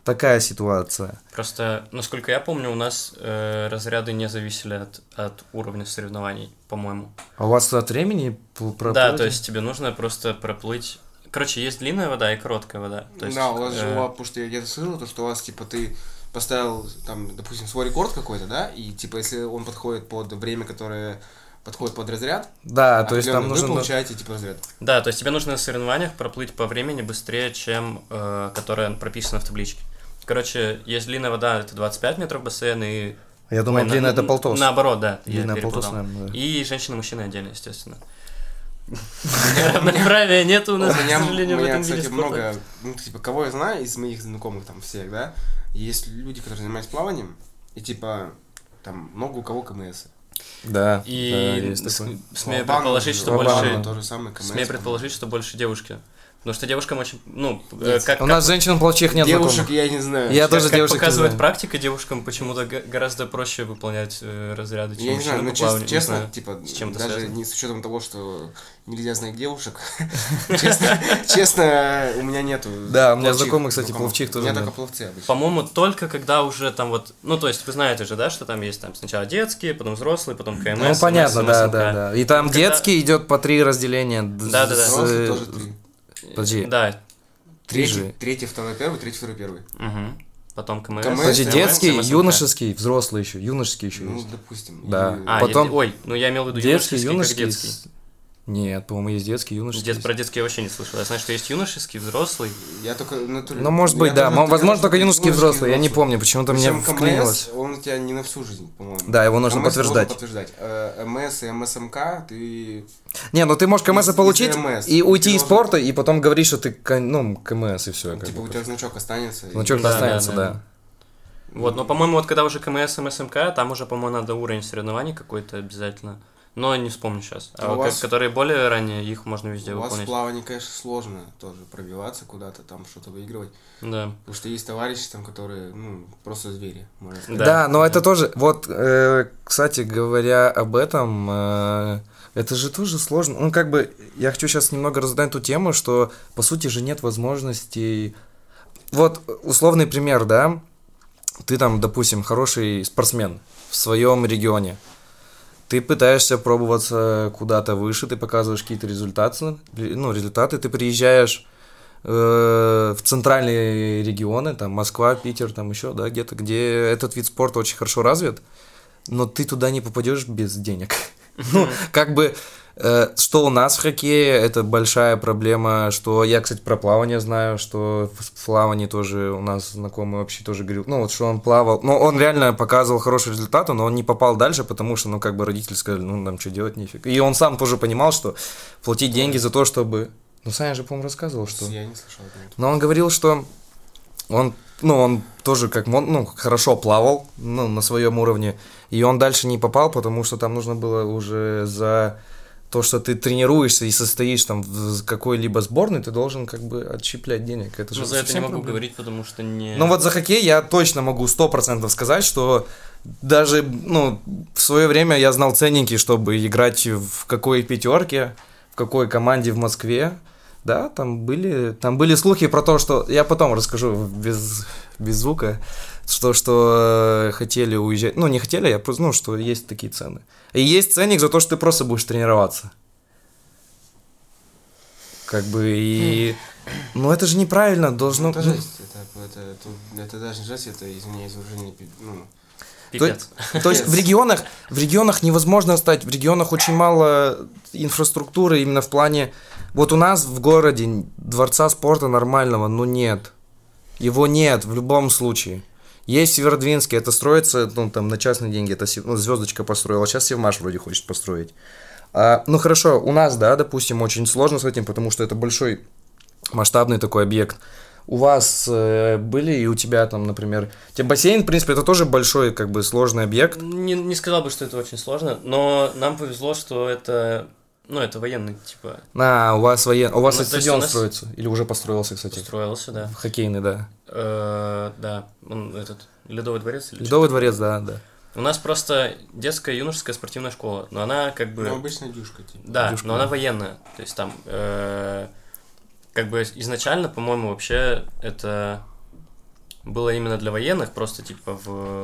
такая ситуация. Просто, насколько я помню, у нас разряды не зависели от уровня соревнований, по-моему. А у вас от времени проплыть? Да, то есть тебе нужно просто проплыть... Короче, есть длинная вода и короткая вода. То есть, Да, у вас же, потому что я где-то слышал, то, что у вас, типа, ты поставил, там, допустим, свой рекорд какой-то, да, и, типа, если он подходит под время, которое подходит под разряд, Да, то есть там вы нужно... получаете, типа, разряд. Да, то есть тебе нужно на соревнованиях проплыть по времени быстрее, чем которая прописана в табличке. Короче, есть длинная вода, это 25 метров бассейн, и... Я думал, длинная это полтос. Наоборот, да, Длинная я полтос, перепутал. наверное, да. И женщины и мужчины отдельно, естественно. Равноправия нет у нас, к сожалению, в этом виде кстати, спорта. много, ну, типа, кого я знаю из моих знакомых там всех, да, есть люди, которые занимаются плаванием, и, типа, там, много у кого КМС. Да, И да, есть такое. смею Лобан, предположить, что Лобан, больше... то же самое КМС. Смею предположить, что больше девушки. Потому что девушкам очень... Ну, Нет, как... У нас женщин плохих нет Девушек знакомых. я не знаю. Я тоже Как девушек не показывает знаю. практика, девушкам почему-то гораздо проще выполнять разряды, чем Я не знаю, мужчинам ну по плаванию. Не честно, знаю, типа, с чем это даже связано. не с учетом того, что нельзя знать девушек, честно, у меня нету. Да, у меня пловчих знакомый, кстати, знакомых. пловчих тоже У меня нет. только пловцы обычно. По-моему, только когда уже там вот... Ну, то есть, вы знаете же, да, что там есть там сначала детские, потом взрослые, потом КМС, Ну, понятно, МС, да, МСМК. да, да. И там Когда- детский идет по 3 разделения. Да-да-да. Взрослые тоже три. Подожди. Да. Же. Третий, второй, первый, третий, второй, первый. Мгм. Потом КМС. КМС, Подожди, МС, детский, МСМК. юношеский, взрослый еще, юношеский еще Ну, есть. допустим. Да. И- А, Потом- ой, ну я имел в виду Детский, юношеский, юношеский. как детский. Нет, по-моему, есть детский, юношеский. Про детский я вообще не слышал. Я знаю, что есть юношеский, взрослый. Я только... Ну, может быть, да. Возможно, только юношеский и взрослый. Я не помню, почему-то мне Причем вклинилось. КМС, он у тебя не на всю жизнь, по-моему. Да, его нужно КМС подтверждать. должен подтверждать. МС и МСМК ты... Не, ну ты можешь КМС Из получить МС. и уйти Ты из должен- спорта, и потом говоришь, что ты, ну, КМС, и все. Типа у тебя значок останется. и- Значок Да, останется, да, да. да. Вот, но, по-моему, вот когда уже КМС, МСМК, там уже, по-моему, надо уровень соревнований какой-то обязательно. Но не вспомню сейчас. А у вот вас- которые более ранние, их можно везде У вас в выполнять. плавании, конечно, сложно тоже пробиваться куда-то, там что-то выигрывать. Да. Потому что есть товарищи там, которые, ну, просто звери, можно сказать. Да. Да, но это тоже, вот, кстати говоря об этом, это же тоже сложно. Ну, как бы, я хочу сейчас немного разгадать ту тему, что, по сути же, нет возможностей. Вот, условный пример, да, ты там, допустим, хороший спортсмен в своем регионе, ты пытаешься пробоваться куда-то выше, ты показываешь какие-то результаты, ты приезжаешь в центральные регионы, там Москва, Питер, там еще, да, где-то, где этот вид спорта очень хорошо развит, но ты туда не попадешь без денег. Ну, как бы, что у нас в хоккее, это большая проблема, что я, кстати, про плавание знаю, что в плавании тоже у нас знакомый вообще тоже говорил, ну, вот что он плавал, ну, он реально показывал хорошие результаты, но он не попал дальше, потому что, ну, как бы родители сказали, ну, нам что делать, нифиг. И он сам тоже понимал, что платить деньги за то, чтобы... Ну, Саня же, по-моему, рассказывал, что... Я не слышал этого. Но он говорил, что он тоже как хорошо плавал, ну, на своем уровне, и он дальше не попал, потому что там нужно было уже за то, что ты тренируешься и состоишь там в какой-либо сборной, ты должен как бы отщеплять денег. Это же Ну, за это не совсем могу проблема. говорить, потому что не... Ну, вот за хоккей я точно могу 100% сказать, что даже, ну, в свое время я знал ценники, чтобы играть в какой пятерке, в какой команде в Москве. Да, там были слухи про то, что... Я потом расскажу без звука, что хотели уезжать. Ну, не хотели, я просто, ну, что есть такие цены. И есть ценник за то, что ты просто будешь тренироваться. Как бы и... Ну, это же неправильно, должно... Это жесть, это даже не жесть, это, извиняюсь, уже не... Ну, Пипец. То есть в регионах невозможно стать, в регионах очень мало инфраструктуры именно в плане... Вот у нас в городе дворца спорта нормального, но нет. Его нет в любом случае. Есть в Северодвинске, это строится, ну, там, на частные деньги, это Звездочка построила, сейчас Севмаш вроде хочет построить. Ну, хорошо, у нас, да, допустим, очень сложно с этим, потому что это большой масштабный такой объект. У вас были и у тебя там, например, бассейн, в принципе, это тоже большой, как бы, сложный объект. Не сказал бы, что это очень сложно, но нам повезло, что это... Ну, это военный, типа... У вас Ну, то есть стадион у нас- строится? Или уже построился, кстати? Устроился, да. Хоккейный, да. Да, он этот... Ледовый дворец? Или Ледовый что-то дворец, да, да. такое. У нас просто детская юношеская спортивная школа, но она как бы... ну, обычная дюшка, типа. Да, Дюшка, но она да. военная. То есть там как бы изначально, по-моему, вообще это было именно для военных, просто типа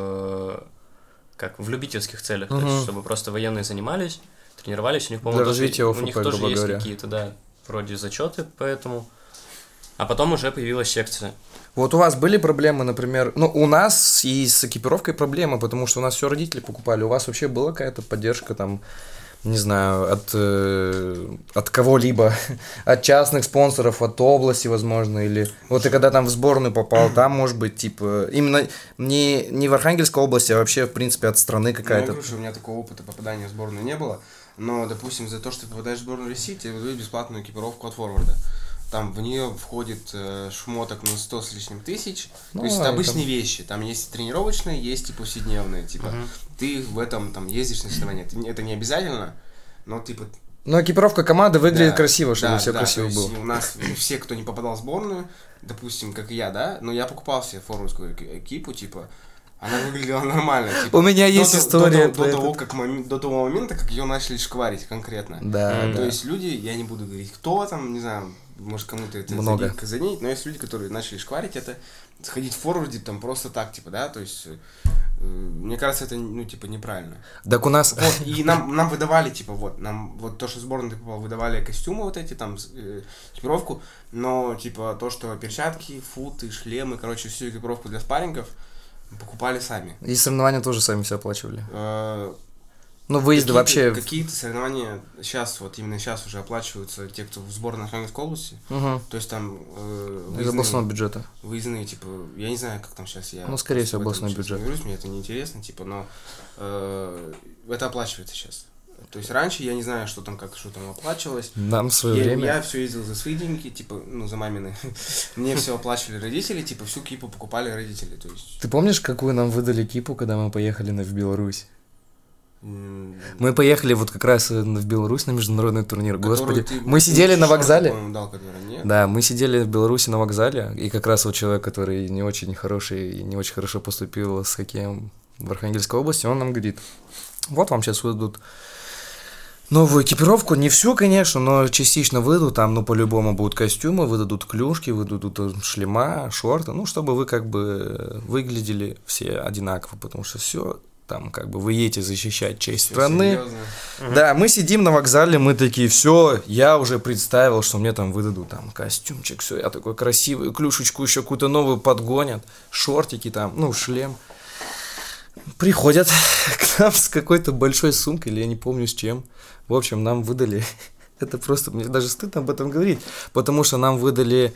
в любительских целях, то есть, чтобы просто военные занимались, тренировались, у них, по-моему, для развития ОФП, у них тоже грубо есть говоря. какие-то, да, вроде зачеты, поэтому... А потом уже появилась секция. Вот у вас были проблемы, например, ну, у нас и с экипировкой проблемы, потому что у нас все родители покупали, у вас вообще была какая-то поддержка там, не знаю, от кого-либо, от частных спонсоров, от области, возможно, или вот ты когда там в сборную попал, там, может быть, типа, именно не в Архангельской области, а вообще, в принципе, от страны Я какая-то. говорю, что у меня такого опыта попадания в сборную не было, но, допустим, за то, что ты попадаешь в сборную России, тебе дают бесплатную экипировку от форварда. Там в нее входит шмоток на 100 с лишним тысяч. Ну, то есть это это- обычные вещи. Там есть тренировочные, есть и повседневные. Типа, ты в этом там ездишь на соревнования. Это не обязательно, но типа. Но экипировка команды выглядит Да, красиво, чтобы да, все да, красиво то есть было. у нас все, кто не попадал в сборную, допустим, как и я, да, но я покупал себе форвардскую экипу, типа. Она выглядела нормально. Типа, У меня есть история про до того момента, как ее начали шкварить конкретно. Да, То да. есть люди, я не буду говорить, кто там, не знаю, может кому-то это Много. заденет, но есть люди, которые начали шкварить это, сходить в форварде там просто так, типа, да, то есть, мне кажется, это, ну, типа, неправильно. Так у нас... Вот, и нам выдавали, типа, нам вот то, что сборная ты попал, выдавали костюмы вот эти, там, экипировку, но, типа, то, что перчатки, футы, шлемы, короче, всю экипировку для спаррингов покупали сами. И соревнования тоже сами все оплачивали. Э, Ну, выезды вообще... Какие-то соревнования сейчас, вот именно сейчас уже оплачиваются те, кто в сборной Архангельской области. Угу. То есть там Из областного бюджета. выездные, типа, я не знаю, как там сейчас я. Ну, скорее всего, в этом областной сейчас бюджет. не говорю, мне это неинтересно, типа, но это оплачивается сейчас. То есть раньше я не знаю, что там оплачивалось. Нам в свое время... Я все ездил за свои деньги, типа, ну, за мамины. Мне все оплачивали родители, типа, всю кипу покупали родители. То есть. Ты помнишь, какую нам выдали кипу, когда мы поехали в Беларусь? м, Мы поехали вот как раз в Беларусь на международный турнир. которую Господи, ты- мы сидели на шорты, вокзале. по-моему, дал, которые нет. Да, мы сидели в Беларуси на вокзале, и как раз вот человек, который не очень хороший и не очень хорошо поступил с хоккеем в Архангельской области, он нам говорит, вот вам сейчас выдадут новую экипировку, не всю, конечно, но частично выдадут, там, ну, по-любому будут костюмы, выдадут клюшки, выдадут шлема, шорты, ну, чтобы вы как бы выглядели все одинаково, потому что все там как бы вы едете защищать честь Всё страны. серьёзно. Да, мы сидим на вокзале, мы такие, все, я уже представил, что мне там выдадут там костюмчик, все, я такой красивый, клюшечку еще какую-то новую подгонят, шортики там, ну, шлем. Приходят к нам с какой-то большой сумкой, или я не помню с чем. В общем, нам выдали, это просто, мне даже стыдно об этом говорить, потому что нам выдали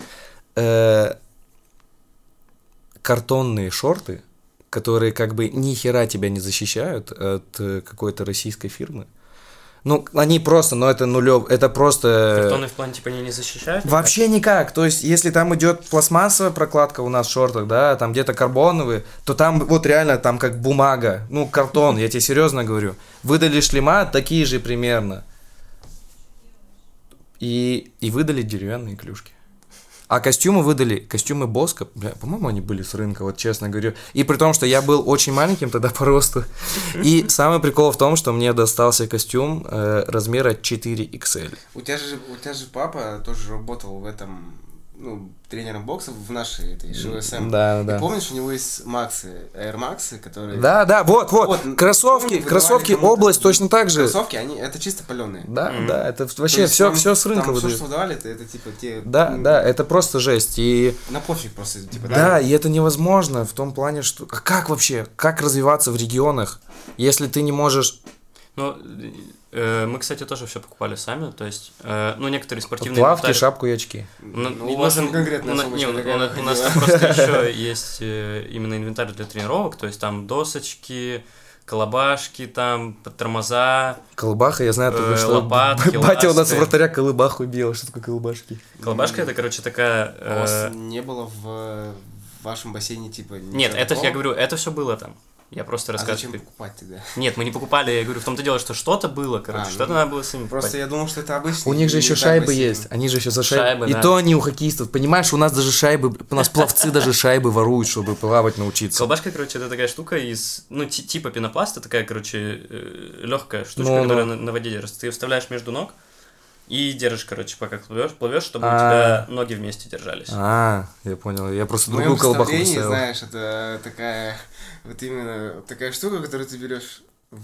картонные шорты, которые как бы ни хера тебя не защищают от какой-то российской фирмы. Ну, они просто, но это нулев, это просто... Картонный в плане, типа, они не защищают? Вообще никак. То есть, если там идет пластмассовая прокладка у нас в шортах, да, там где-то карбоновые, то там вот реально там как бумага, ну, картон, я тебе серьезно говорю. Выдали шлема такие же примерно. И выдали деревянные клюшки. А костюмы выдали, костюмы Боска, бля, по-моему, они были с рынка, вот честно говорю. И при том, что я был очень маленьким тогда по росту. И самый прикол в том, что мне достался костюм размера 4XL. У тебя же папа тоже работал в этом, ну, тренером бокса в нашей этой ШВСМ. Да, И да. помнишь, у него есть Максы, Air Max'ы, которые... Да, вот, Вот, кроссовки, помню, кроссовки, выдавали область кому-то. точно так же. Кроссовки, это чисто паленые. Да, это То вообще есть все, там- все с рынка там выдают. Все, что выдавали, это типа те... Да, это просто жесть. И На пофиг просто, типа, да, и это невозможно в том плане, что... А как вообще? Как развиваться в регионах, если ты не можешь... Ну, мы, кстати, тоже все покупали сами, то есть, ну, некоторые спортивные... Плавки, инвентарь- шапку и очки. Ну, у вас там конкретная у сумочка такая нас выходила. там просто еще есть именно инвентарь для тренировок, то есть там досочки, колобашки, там тормоза, Колыбаха, я знаю, только что... лопатки, Батя у нас ласты. вратаря колыбаху бил. Что такое колыбашки? Колобашка это, короче, такая... У вас не было в вашем бассейне, типа... Нет, ничего это, я такого? говорю, это все было там. Я просто А рассказываю. зачем покупать тогда? Нет, мы не покупали, я говорю, в том-то дело, что что-то было, короче, А, что-то ну, надо было самим покупать. Просто я думал, что это обычно. У них же еще шайбы есть. Они же еще за шайбы. Шайбы, И да. то они у хоккеистов. Понимаешь, у нас даже шайбы... У нас пловцы даже шайбы воруют, чтобы плавать научиться. Колбашка, короче, это такая штука из, ну, типа пенопласта, такая, короче, легкая штучка, Ну, которая на воде держится. Ты ее вставляешь между ног, и держишь, короче, пока плывешь, чтобы у тебя ноги вместе держались. Я понял. Я просто другую В моем колбаху представлении, поставил. знаешь, это такая, вот именно такая штука, которую ты берешь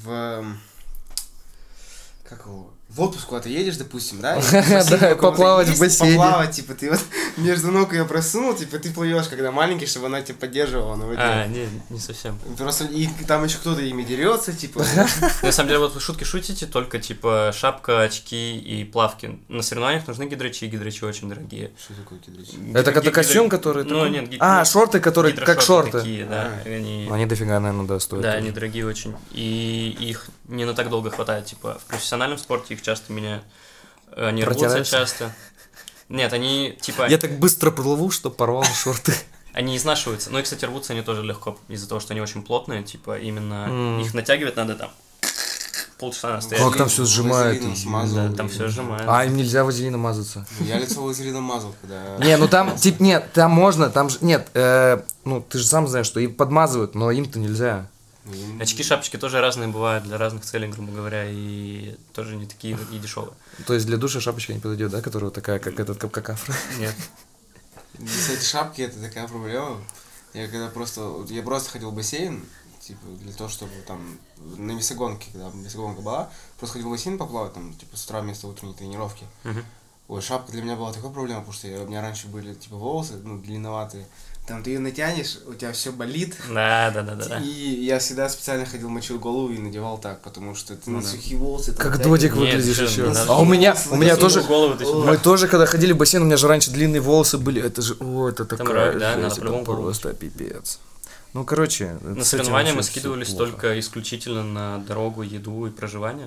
в отпуск куда-то едешь, допустим, да? Да, поплавать в бассейне. Поплавать, типа, ты вот между ног ее просунул, типа, ты плывешь, когда маленький, чтобы она тебя поддерживала. Не совсем. Просто и там еще кто-то ими дерется, типа. На самом деле, вот вы шутки шутите, только, типа, шапка, очки и плавки. На соревнованиях нужны гидрачи очень дорогие. Что такое кидрачи? Это костюм, который... Ну, нет, шорты, которые как шорты. такие, да. Они дофига, наверное, да, стоят. Да, они дорогие очень. И их не на так долго хватает. Типа, в профессиональном спорте их часто меняют. Они рвутся часто. Нет, они, типа... Я так быстро плыву, что порвал шорты. Они изнашиваются. Ну и, кстати, рвутся они тоже легко из-за того, что они очень плотные. Типа, именно их натягивать надо там полчаса настоять. Как там все сжимает. Да, там все сжимает. Им нельзя вазелином мазаться. Я лицо вазелином мазал, когда... Не, ну там, нет, там можно, там же, нет, ты же сам знаешь, что им подмазывают, но им-то нельзя. Очки, шапочки тоже разные бывают для разных целей, грубо говоря, и тоже не такие и дешевые. То есть для душа шапочка не подойдет, да, которая вот такая, как афро? Нет. Кстати, шапки это такая проблема. Я просто ходил в бассейн, типа, для того, чтобы там на весогонке, когда весогонка была, просто ходил в бассейн поплавать, там, типа, с утра вместо утренней тренировки. Ой, шапка для меня была такой проблемой, потому что у меня раньше были, типа, волосы, длинноватые. Там ты ее натянешь, у тебя все болит. Да. И я всегда специально ходил, мочил голову и надевал так, потому что ты на сухие волосы... Как додик выглядишь еще. Да. А у меня тоже... Голову Мы тоже, когда ходили в бассейн, у меня же раньше длинные волосы были. Это же... это такая да, жесть, надо это просто пипец. Ну, короче... На соревнования мы скидывались только исключительно на дорогу, еду и проживание.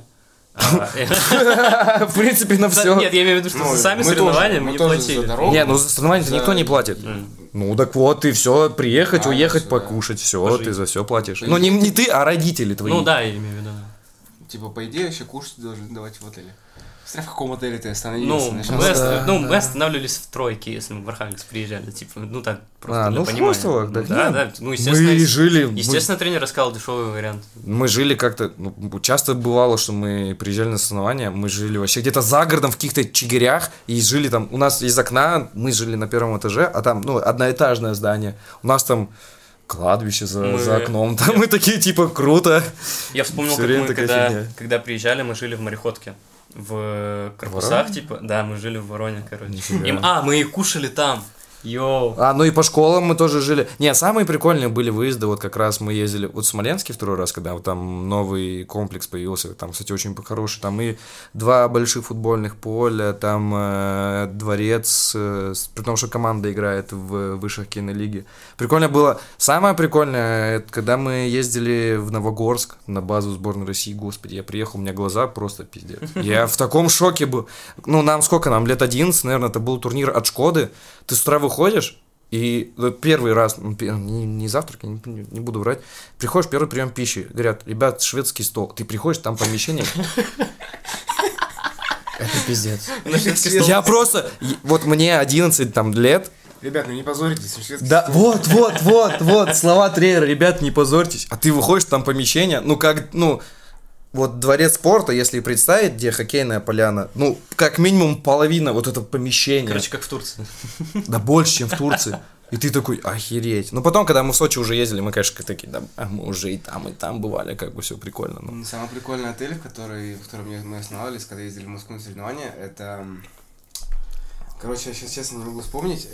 В принципе, на все. Нет, я имею в виду, что за сами соревнования мы не платили. Не, ну за соревнования никто не платит. Ну так вот, ты все, приехать, уехать, покушать, все, ты за все платишь. Ну не ты, а родители твои. Ну да, я имею в виду. Типа, по идее, вообще кушать должен давать в отеле. Смотря в каком отеле ты остановился. Мы останавливались в тройке, если мы в Архангельск приезжали, типа, ну так, просто для в понимания. хостелах, да. Да, ну естественно. Мы жили... Естественно, тренер рассказал дешевый вариант. Мы жили как-то, часто бывало, что мы приезжали на соревнования, мы жили вообще где-то за городом в каких-то чигирях, и жили там, у нас из окна, мы жили на первом этаже, а там, одноэтажное здание, у нас там кладбище за окном, там мы такие, типа, круто. Я вспомнил, как мы, когда приезжали, мы жили в мореходке. В корпусах, типа, да, мы жили в Вороне, короче. Мы и кушали там. Йоу. Ну и по школам мы тоже жили. Не, самые прикольные были выезды, вот как раз мы ездили вот в Смоленске второй раз, когда вот там новый комплекс появился, там, кстати, очень хороший, там и 2 больших футбольных поля, там дворец, при том, что команда играет в высшей хоккейной лиге. Прикольно было. Самое прикольное, это когда мы ездили в Новогорск на базу сборной России, господи, я приехал, у меня глаза просто пиздец. Я в таком шоке был. Ну, нам сколько, нам лет 11, наверное, это был турнир от Шкоды. Ты с утра выходишь, и первый раз, не завтрак, я не буду врать, приходишь, первый прием пищи, говорят, ребят, шведский стол, ты приходишь, там помещение. Это пиздец. Я просто, вот мне 11 там лет. Ребят, не позоритесь, шведский да, стол. вот, слова тренера, ребят, не позорьтесь. А ты выходишь, там помещение, вот дворец спорта, если представить, где хоккейная поляна, как минимум половина вот этого помещения. Короче, как в Турции. Да больше, чем в Турции. И ты такой, охереть. Но потом, когда мы в Сочи уже ездили, мы, конечно, такие, да, мы уже и там бывали, как бы все прикольно. Самый прикольный отель, в котором мы останавливались, когда ездили в Москву на соревнования, это... Короче, я сейчас честно не могу вспомнить.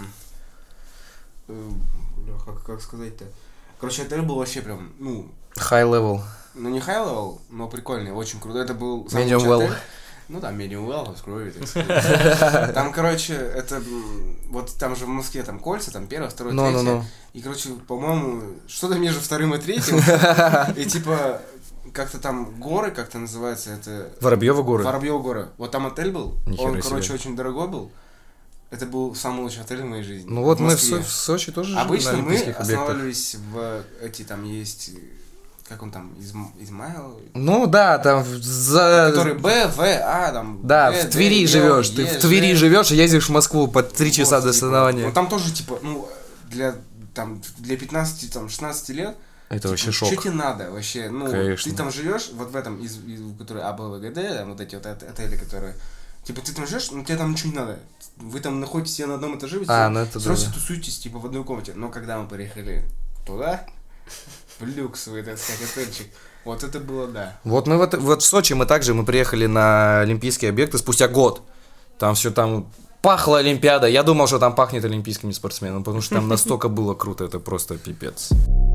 Как сказать-то? Короче, отель был вообще прям, high level. Не high level, но прикольный, очень круто. Это был medium well. Отель. Ну да, medium well, скрою, так сказать. Там, короче, это... Вот там же в Москве там кольца, там первое, второе, третье. И, короче, по-моему, что-то между вторым и третьим. И типа... Как-то там горы, как-то называется это... Воробьёвы горы. Воробьёвы горы. Вот там отель был. Он, короче, себе. Очень дорогой был. Это был самый лучший отель в моей жизни. Ну вот мы в Сочи тоже жили. Обычно мы останавливались в эти, там есть... Как он там, Измайл? Ну да, там за... Который Б, В, А, там... Да, в Твери живешь. Ты в Твери живешь и ездишь в Москву по 3 часа до соревнования. Ну там тоже, типа, для 15-16 лет. Это вообще шок. Что тебе надо вообще? Конечно. Ты там живешь, вот в этом, который АБВГД, вот эти вот отели, которые, Типа, ты там живешь, но тебе там ничего не надо. Вы там находитесь все на одном этаже, вы ну это сразу да. тусуетесь, типа, в одной комнате. Но когда мы приехали туда, в люксовый, так сказать, отельчик, вот это было, да. Вот мы вот в Сочи мы приехали на олимпийские объекты спустя год. Там все там пахло Олимпиадой. Я думал, что там пахнет олимпийскими спортсменами, потому что там настолько было круто, это просто пипец.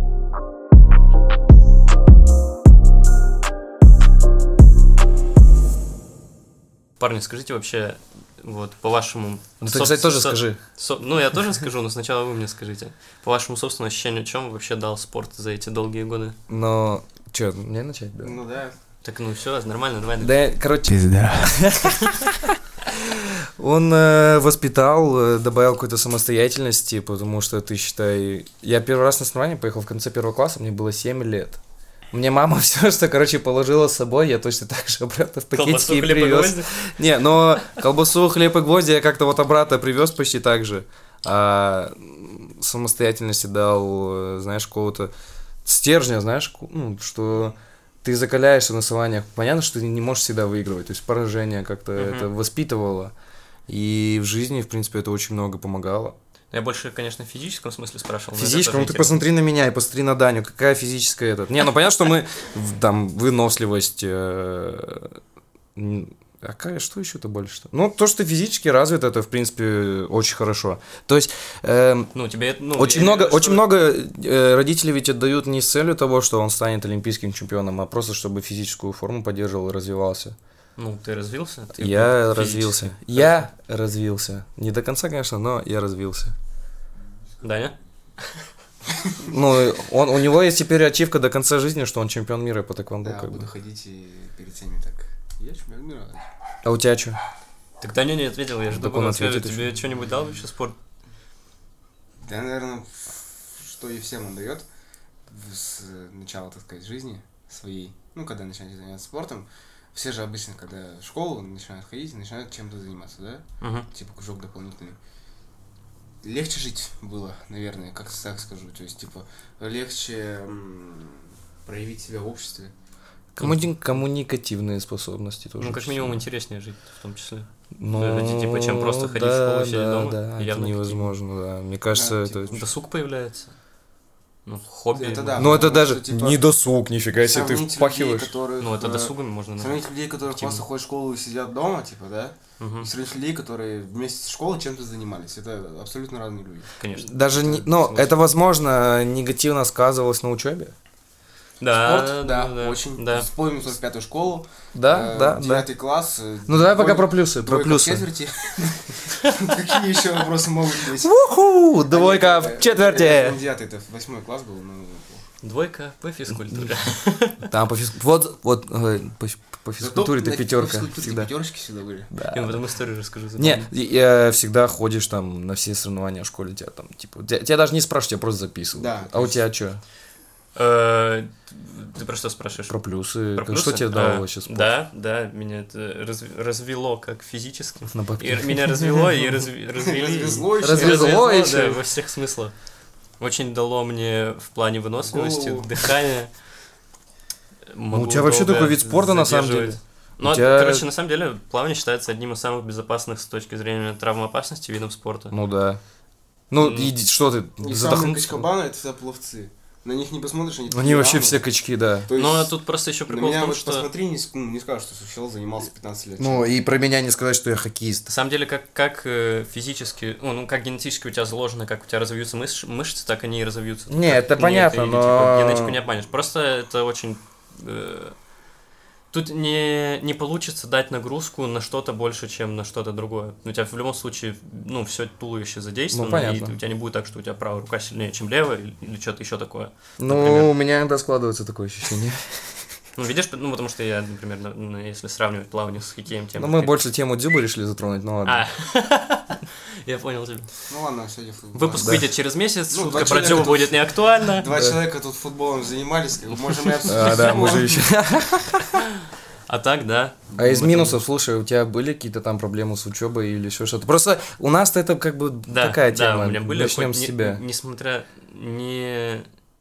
Парни, скажите вообще, вот, по-вашему... Ну, ты, кстати, тоже скажи. Ну, я тоже скажу, но сначала вы мне скажите. По вашему собственному ощущению, чем вообще дал спорт за эти долгие годы? Но, что, мне начать, да? Ну да. Так, ну все, нормально, давай. Да, короче... Пизда. Он воспитал, добавил какой-то самостоятельности, потому что, ты считай... Я первый раз на соревнования поехал в конце первого класса, мне было 7 лет. Мне мама все, что, короче, положила с собой, я точно так же обратно в пакетике Колбасу, хлеб и привез. гвозди? Не, но колбасу, хлеб и гвозди я как-то вот обратно привез почти так же. А самостоятельности дал, знаешь, какого-то стержня, знаешь, ну, что ты закаляешься на соревнованиях. Понятно, что ты не можешь всегда выигрывать, то есть поражение как-то это воспитывало. И в жизни, в принципе, это очень много помогало. Я больше, конечно, в физическом смысле спрашивал. Физическом, ну ты посмотри на меня и посмотри на Даню, какая физическая этот. Не, ну понятно, что мы там выносливость. Что еще-то больше-то? Ну, то, что ты физически развит, это, в принципе, очень хорошо. То есть, ну, тебе, ну, очень много родителей ведь отдают не с целью того, что он станет олимпийским чемпионом, а просто, чтобы физическую форму поддерживал и развивался. Ну, ты развился? Я развился. Я развился. Не до конца, конечно, но я развился. Даня? Ну, у него есть теперь ачивка до конца жизни, что он чемпион мира по тэквондо. Да, буду ходить и перед всеми так. Я чемпион мира. А у тебя что? Так Даня не ответил, я же Так думал, он скажет, ответит тебе еще. что-нибудь дал вообще спорт? Да, наверное, что и всем он дает с начала, так сказать, жизни своей. Ну, когда начинаете заниматься спортом. Все же обычно, когда в школу начинают ходить, начинают чем-то заниматься, да? Типа кружок дополнительный. Легче жить было, наверное, как так скажу. То есть, типа, легче проявить себя в обществе. Коммуникативные способности тоже. Ну, как минимум, интереснее жить, в том числе. Ну, Типа, чем просто ходить в школу и сидеть дома. Да, это Явно невозможно, да. Мне кажется, Да, это... типа, досуг появляется. Ну, хобби. Это да. Ну, это потому даже что, типа, не досуг, нифига себе, ты сравнить впахиваешь. людей, которых, Ну, это досугами можно назвать. сравнить людей, которые Активно. просто ходят в школу и сидят дома, типа, да? Мгм. И сравнить людей, которые вместе с школой чем-то занимались. Это абсолютно разные люди. Конечно. Даже не... Ну, это, возможно, негативно сказывалось на учебе. Да, Спорт, да, очень. Да. Вспомним 45-ю школу. Да. 9 класс. Ну, давай пока про плюсы, про двойка в плюсы. четверти. Какие еще вопросы могут быть? Уху! Двойка в четверти! 9-й, это 8 класс был, ну... Двойка по физкультуре. Там по по физкультуре ты пятерка всегда. Пятерочки всегда были. Я вам потом историю расскажу. Не, я всегда ходишь там на все соревнования в школе, тебя там, типа, тебя даже не спрашивают, тебя просто записывают. Да, А у тебя что? Ты про что спрашиваешь? Про плюсы. Про Что плюсы? тебе дало вообще спорт? Да, меня это развело как физически. На бабки. И меня развело и развели. Развезло еще. Развезло Да, еще. во всех смыслах. Очень дало мне в плане выносливости, Голову. дыхания. У тебя вообще такой вид спорта, на самом деле. Ну, У тебя- короче, на самом деле, плавание считается одним из самых безопасных с точки зрения травмоопасности видов спорта. Ну да. Ну, М. и что ты, И самые задохнулся? качкабаны это всегда пловцы. На них не посмотришь, они Они такие вообще рамы. все качки, да. То есть, Но тут просто еще на прикол в меня том, вот что... посмотри, не скажешь, что чел занимался 15 лет. Ну, и про меня не сказать, что я хоккеист. На самом деле, как физически, ну, как генетически у тебя заложено, как у тебя разовьются мышцы, так они и разовьются. Не, Как это нет, понятно, или, но- типа, генетику не обманешь. Просто это очень... Тут не получится дать нагрузку на что-то больше, чем на что-то другое. У тебя в любом случае, ну, все туловище задействовано, Ну, и понятно. у тебя не будет так, что у тебя правая рука сильнее, чем левая, или что-то еще такое. Ну, например. у меня иногда складывается такое ощущение. Ну, видишь, ну, потому что я, например, если сравнивать плавание с хоккеем, тем... Ну, мы больше тему дзюбы решили затронуть, ну ладно. Я понял тебя. Ну ладно, сегодня футбол. Выпуск Да. выйдет через месяц, Ну, шутка два про человека дзюбу тут- будет не актуальна. Два Да. человека тут футболом занимались, как бы можем и обсудить. А, да, мы же еще... А так, да. А из Мы минусов, слушай, у тебя были какие-то там проблемы с учебой или еще что-то? Просто у нас-то это как бы Да, такая да, тема. у меня были, Начнем хоть с тебя. несмотря не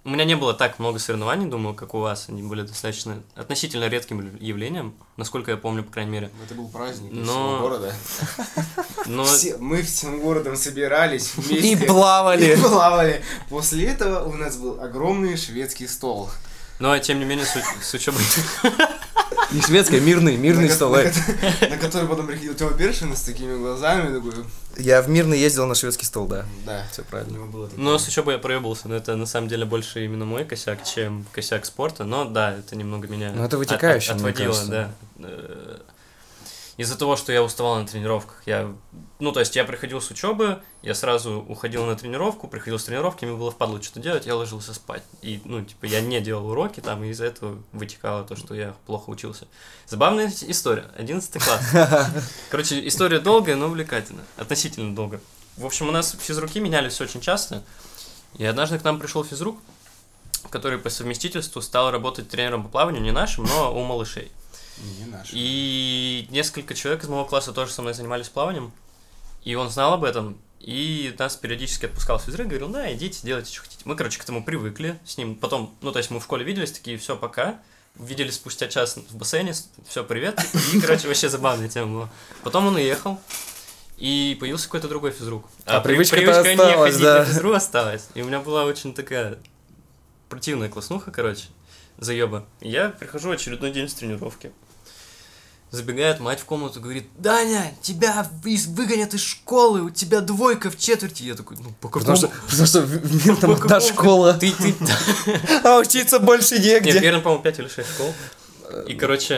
У меня не было так много соревнований, думаю, как у вас. Они были достаточно относительно редким явлением, насколько я помню, по крайней мере. Это был праздник Но- всего города. Но Мы всем городом собирались вместе. И плавали. И плавали. После этого у нас был огромный шведский стол. Но, тем не менее, с учебой... Не шведский, а мирный на стол. На который потом приходил Тёма Першин с такими глазами, такой, Я в мирный ездил на шведский стол, да. да, Все у правильно. него было такое. Но с учебой я проебался, но это на самом деле больше именно мой косяк, чем косяк спорта. Но да, это немного меня Ну, это вытекающее, мне отводило, кажется. да. Из-за того, что я уставал на тренировках. То есть я приходил с учебы, я сразу уходил на тренировку, приходил с тренировки, мне было впадло что-то делать, я ложился спать. И, я не делал уроки там, и из-за этого вытекало то, что я плохо учился. Забавная история, 11 класс. Короче, история долгая, но увлекательная, относительно долгая. В общем, у нас физруки менялись очень часто, и однажды к нам пришел физрук, который по совместительству стал работать тренером по плаванию, не нашим, но у малышей. Не наш. И несколько человек из моего класса тоже со мной занимались плаванием, и он знал об этом, и нас периодически отпускал с физры, говорил, да, идите, делайте, что хотите. Мы, к этому привыкли с ним, потом, мы в школе виделись, такие, все, пока, виделись спустя час в бассейне, все, привет, и, вообще забавная тема была. Потом он уехал, и появился какой-то другой физрук. Привычка не осталась, ходить да. на физру осталась, и у меня была очень такая противная класснуха, заеба. Я прихожу очередной день с тренировки. Забегает мать в комнату, говорит, Даня, тебя выгонят из школы, у тебя двойка в четверти. Я такой, по какому? Потому что в мирном одна школа, Ты... а учиться больше Нет, негде. верно, по-моему, 5 или 6 школ. И,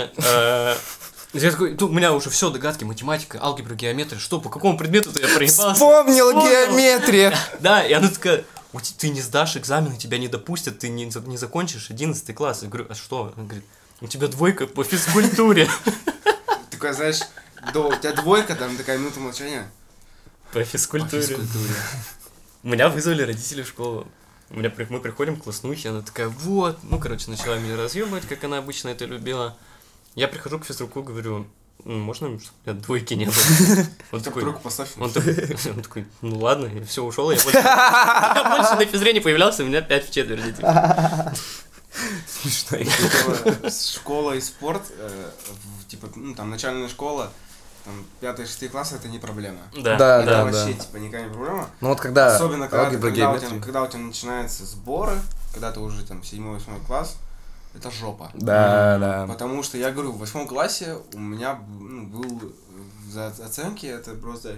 я такой, у меня уже все догадки, математика, алгебра, геометрия, что, по какому предмету-то я проебался? Вспомнил геометрия. Да, и она такая, ты не сдашь экзамены, тебя не допустят, ты не закончишь 11 класс. Я говорю, а что? Она говорит, у тебя двойка по физкультуре. Такая, знаешь, у тебя двойка, там такая минута молчания. По физкультуре. Меня вызвали родители в школу. Мы приходим к класснухе, она такая, вот. Начала меня разъебывать, как она обычно это любила. Я прихожу к физруку, говорю, можно, чтобы у меня двойки не было? Он такой, Тройку поставь. он такой, ну ладно, и все, ушел, я больше на физре не появлялся, у меня 5 в четверти. Смешно. Школа и спорт, там начальная школа, там 5-6 классы это не проблема. Да. Это вообще, никакая не проблема. Ну вот когда Особенно, алгебра, геометрия. когда у тебя начинаются сборы, когда ты уже там 7-8 класс, это жопа. Да. Потому что, я говорю, в 8 классе у меня был за оценки, это просто...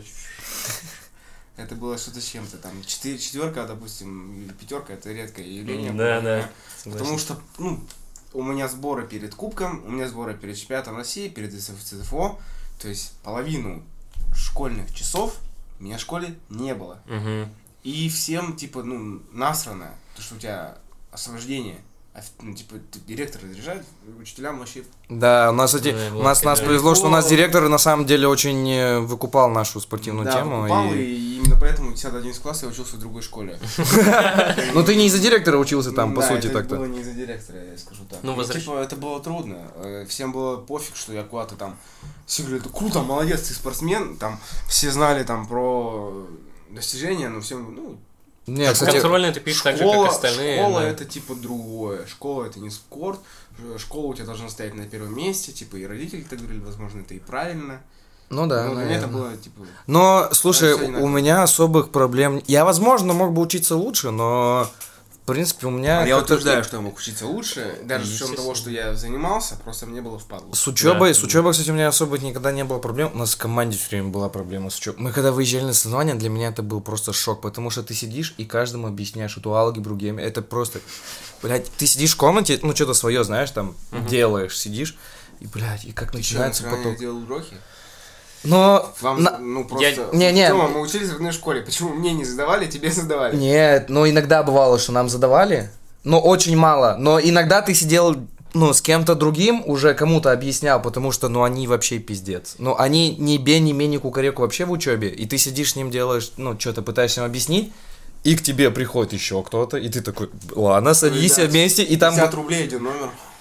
Это было что-то с чем-то, там, четверка, допустим, или пятерка, это редкое явление. Да. Потому что, у меня сборы перед кубком, у меня сборы перед чемпионатом России, перед СФО, то есть половину школьных часов у меня в школе не было. И всем, насрано, то, что у тебя освобождение. Директор разряжает, учителям вообще... Да, у нас повезло, что у нас директор на самом деле очень выкупал нашу спортивную тему. Выкупал, и именно поэтому 10-11 класс я учился в другой школе. Ну ты не из-за директора учился там, по сути, так-то. это было не из-за директора, я скажу так. Это было трудно. Всем было пофиг, что я куда-то там... Все говорили, это круто, молодец, ты спортсмен. Там все знали там про достижения, но всем, Не, кстати, контрольные ты пишешь так же, как остальные. Школа это другое. Школа это не спорт. Школа у тебя должна стоять на первом месте. И родители так говорили, возможно, это и правильно. Ну да. Но для меня это было Но, слушай, у меня особых проблем. Я, возможно, мог бы учиться лучше, но в принципе у меня. Я утверждаю, что я мог учиться лучше, даже с учетом того, что я занимался, просто мне было впадло. С учебой, кстати, у меня особых никогда не было проблем. У нас в команде все время была проблема с учебой. Мы когда выезжали на соревнования, для меня это был просто шок, потому что ты сидишь и каждому объясняешь эту алгебру, геометрию. Это просто, блядь, ты сидишь в комнате, что-то свое, знаешь, там делаешь, сидишь, и, блядь, и как начинается поток. Я делал уроки. Но... просто... Не. Тёма, мы учились в одной школе, почему мне не задавали, тебе задавали? Нет, иногда бывало, что нам задавали, но очень мало. Но иногда ты сидел, с кем-то другим, уже кому-то объяснял, потому что, они вообще пиздец. Они ни бе, ни ме, ни кукареку вообще в учебе, и ты сидишь с ним, делаешь, что-то пытаешься им объяснить, и к тебе приходит еще кто-то, и ты такой, ладно, садись вместе, и там... 50 рублей один номер.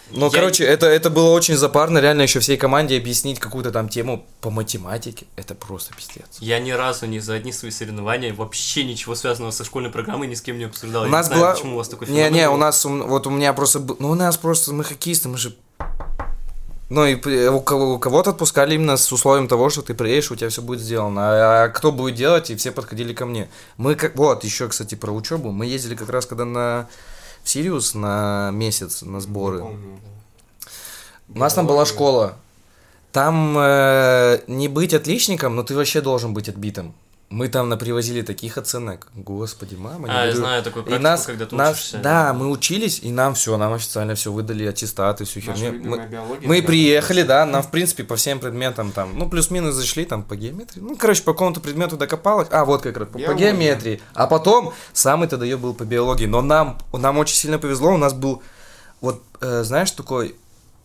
Ну, короче, это было очень запарно, реально еще всей команде объяснить какую-то там тему по математике. Это просто пиздец. Я ни разу ни за одни свои соревнования вообще ничего связанного со школьной программой ни с кем не обсуждал. У Я нас не знаю, была... почему у вас такой феномен Не, был. у нас, вот у меня просто... Ну, у нас просто, мы хоккеисты, мы же... Ну, и у кого-то отпускали именно с условием того, что ты приедешь, у тебя все будет сделано. А кто будет делать, и все подходили ко мне. Мы как... Вот, еще, кстати, про учебу. Мы ездили как раз, когда в Сириус на месяц на сборы. Помню. У нас там была школа. Там не быть отличником, но ты вообще должен быть отбитым. Мы там напривозили таких оценок. Господи, мама. Я знаю такую практику, когда ты учишься. Да, мы учились, и нам официально все выдали, аттестаты, всю Наша херню. любимая биология, Мы да, приехали, да, нам, в принципе, по всем предметам там, ну, плюс-минус зашли там по геометрии. Ну, короче, по какому-то предмету докопалось. А, вот как раз, по Биология. геометрии. А потом самый тогда был по биологии. Но нам очень сильно повезло, у нас был, вот, знаешь, такой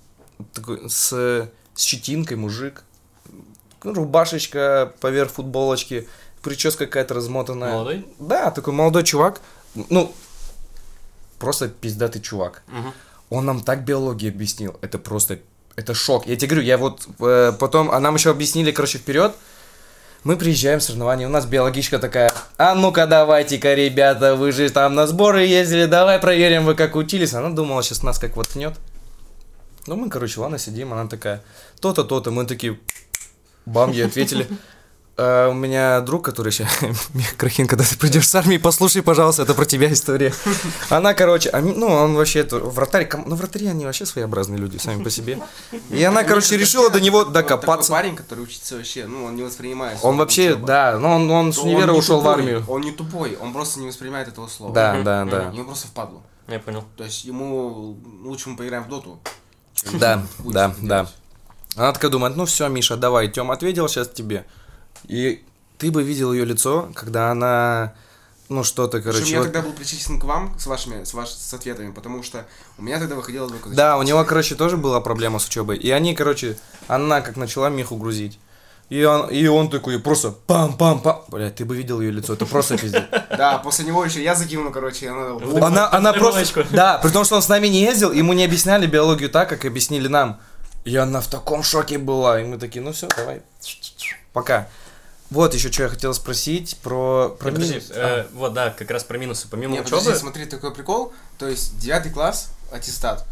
с щетинкой мужик, ну, рубашечка поверх футболочки, прическа какая-то размотанная. Молодой? Да, такой молодой чувак, ну, просто пиздатый чувак. Угу. Он нам так биологию объяснил, это просто, это шок. Я тебе говорю, я вот потом, а нам еще объяснили, короче, вперед. Мы приезжаем в соревнования, у нас биологичка такая: а ну-ка давайте-ка, ребята, вы же там на сборы ездили, давай проверим, вы как учились. Она думала, сейчас нас как воткнет. Ну, мы, короче, ладно, сидим, она такая: то-то, то-то, мы такие, бам, ей ответили. У меня друг, который сейчас, Крахин, когда ты придешь с армии, послушай, пожалуйста, это про тебя история. Она, короче, ну, он вообще вратарь, ну, вратари, они вообще своеобразные люди, сами по себе. И она, короче, решила до него докопаться. Такой парень, который учится вообще, ну, он не воспринимает. Он вообще, учебу. да, ну, он с универа ушел в армию. Он не тупой, он просто не воспринимает этого слова. Да, да, да. Ему просто впадло. Я понял. То есть ему лучше мы поиграем в доту. чем Да, будет да, что-то да. делать. Она такая думает: ну все, Миша, давай, Тём ответил сейчас тебе. И ты бы видел ее лицо, когда она, ну, что-то, Причем короче... я вот- тогда был причислен к вам с ответами, потому что у меня тогда выходило только... Да, у него, короче, тоже была проблема с учебой. И они, короче, она как начала Миху грузить. И он такой просто пам-пам-пам. Блядь, ты бы видел ее лицо, это просто пиздец. Да, после него еще я закинул, короче, и она... Она просто... Рыбалочку. Да, при том, что он с нами не ездил, ему не объясняли биологию так, как объяснили нам. И она в таком шоке была. И мы такие: ну все, давай. Пока. Вот еще что я хотел спросить про Подожди, минус. вот, да, как раз про минусы. Помимо Не, учебы... подожди, смотри, такой прикол. То есть 9 класс, аттестат.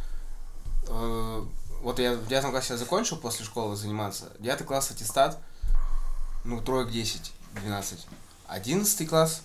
Вот я в 9 классе закончил после школы заниматься. 9 класс, аттестат. Ну, троек 10, 12. 11 класс.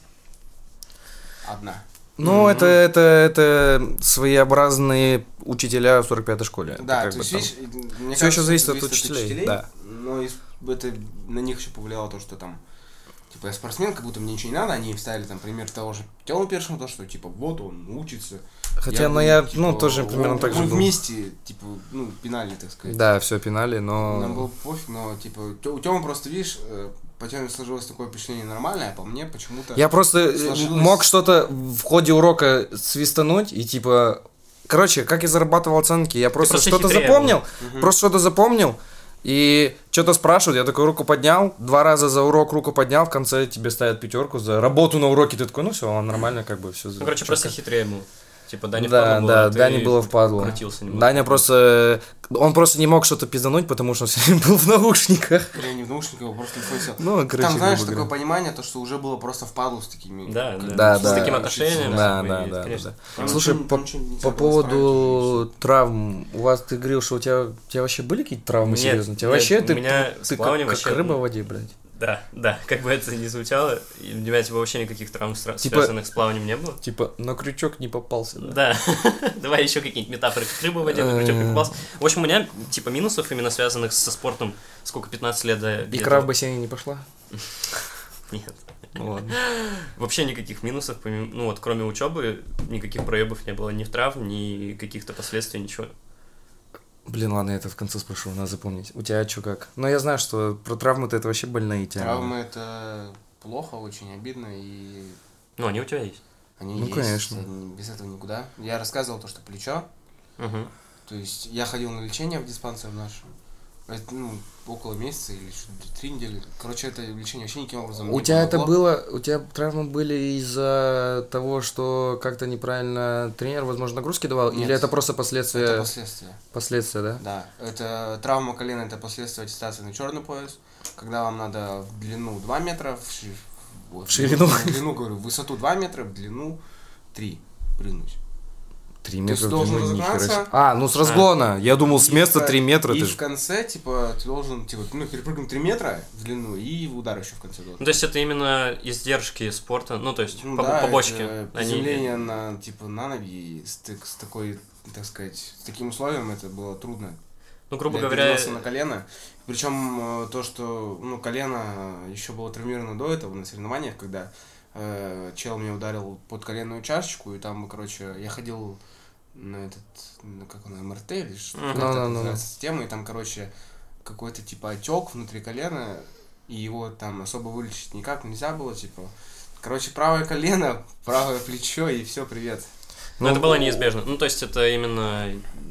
Одна. Ну, это своеобразные учителя в 45-й школе. Это Да, как то бы есть, там- видишь, мне Всё еще кажется, зависит это от учителей, да. Но это на них еще повлияло то, что там, типа, я спортсмен, как будто мне ничего не надо, они вставили там пример того же Тёмы Першина, то, что, типа, вот он учится. Хотя, ну, был, я, типа, ну, тоже примерно так же мы был. вместе, типа, ну, пинали, так сказать. Да, все пинали, Нам но... было пофиг, но, типа, у Тёмы просто, видишь, по Тёме сложилось такое впечатление нормальное, а по мне почему-то... Я просто сложилось- мог что-то в ходе урока свистануть, и типа... Короче, как я зарабатывал оценки, я просто просто что-то хитрее запомнил, Мгм. просто что-то запомнил, и что-то спрашивают, я такой руку поднял, 2 раза за урок руку поднял, в конце тебе ставят 5 за работу на уроке, ты такой: ну все, нормально, как бы все. Ну, короче, просто хитрее был. Типа, Дане Да, впадло было, да, а ты Дане было впадло. крутился немного. Даня просто... Он просто не мог что-то пиздануть, потому что он все время был в наушниках. Я не в наушниках, его просто телефон сел. Ну, короче, Там, знаешь, грубо такое говоря. понимание, то, что уже было просто впадло с такими... Да, как да. бы, Да, С да. таким отношением. Да, типа, да, и, да, конечно. да. Он Слушай, ничего- по ничего нельзя по было поводу исправить, травм, у вас ты говорил, что у тебя вообще были какие-то травмы Нет, серьезные? У тебя нет, вообще у меня с ты плаванием как вообще- рыба в воде, блядь. Да, как бы это ни звучало, и у меня типа вообще никаких травм, Типа- связанных с плаванием не было. Типа на крючок не попался, да? Да, давай еще какие-нибудь метафоры, как рыба в воде, на крючок не попался. В общем, у меня типа минусов именно связанных со спортом, сколько, 15 лет, да? где-то- Икра в бассейне не пошла? Нет. Ну ладно. Вообще никаких минусов, ну вот кроме учебы, никаких проебов не было, ни в травм, ни каких-то последствий, ничего. Блин, ладно, я это в конце спрошу, надо запомнить. У тебя что как? Ну, я знаю, что про травмы-то это вообще больные темы. Травмы это плохо, очень обидно, и Ну, они у тебя есть. они Ну, есть, конечно. без этого никуда. Я рассказывал то, что плечо, Угу. то есть я ходил на лечение в диспансер наш, Это, около месяца или что-то 3 недели. Короче, это лечение вообще никаким образом У не тебя это помогло. было, у тебя травмы были из-за того, что как-то неправильно тренер, возможно, нагрузки давал, Нет. или это просто последствия? Это последствия. Последствия, да? Да, это травма колена, это последствия аттестации на черный пояс, когда вам надо в длину 2 метра, в ширину? В длину, говорю, в высоту 2 метра, в длину 3 прыгнуть. 3 То есть метра в должен длину, нихера себе. разогнаться. А, ну с разгона. Я думал, с И места в 3 метра. И Ты в ж... конце, типа, ты должен, типа, перепрыгнуть 3 метра в длину, и удар еще в конце должен. Ну, то есть это именно издержки спорта, ну, то есть Да, побочки. это Они... приземление на, типа, на ноги с такой, так сказать, с таким условием это было трудно. Ну, грубо Я говоря... переносил на колено. Причем то, что колено еще было травмировано до этого на соревнованиях, когда чел меня ударил под коленную чашечку, и там, короче, я ходил на как он, МРТ или что-то, называется система, и там, короче, какой-то типа отек внутри колена, и его там особо вылечить никак нельзя было, типа. Короче, правое колено, правое плечо, и все, привет. Но это было неизбежно. Ну, то есть это именно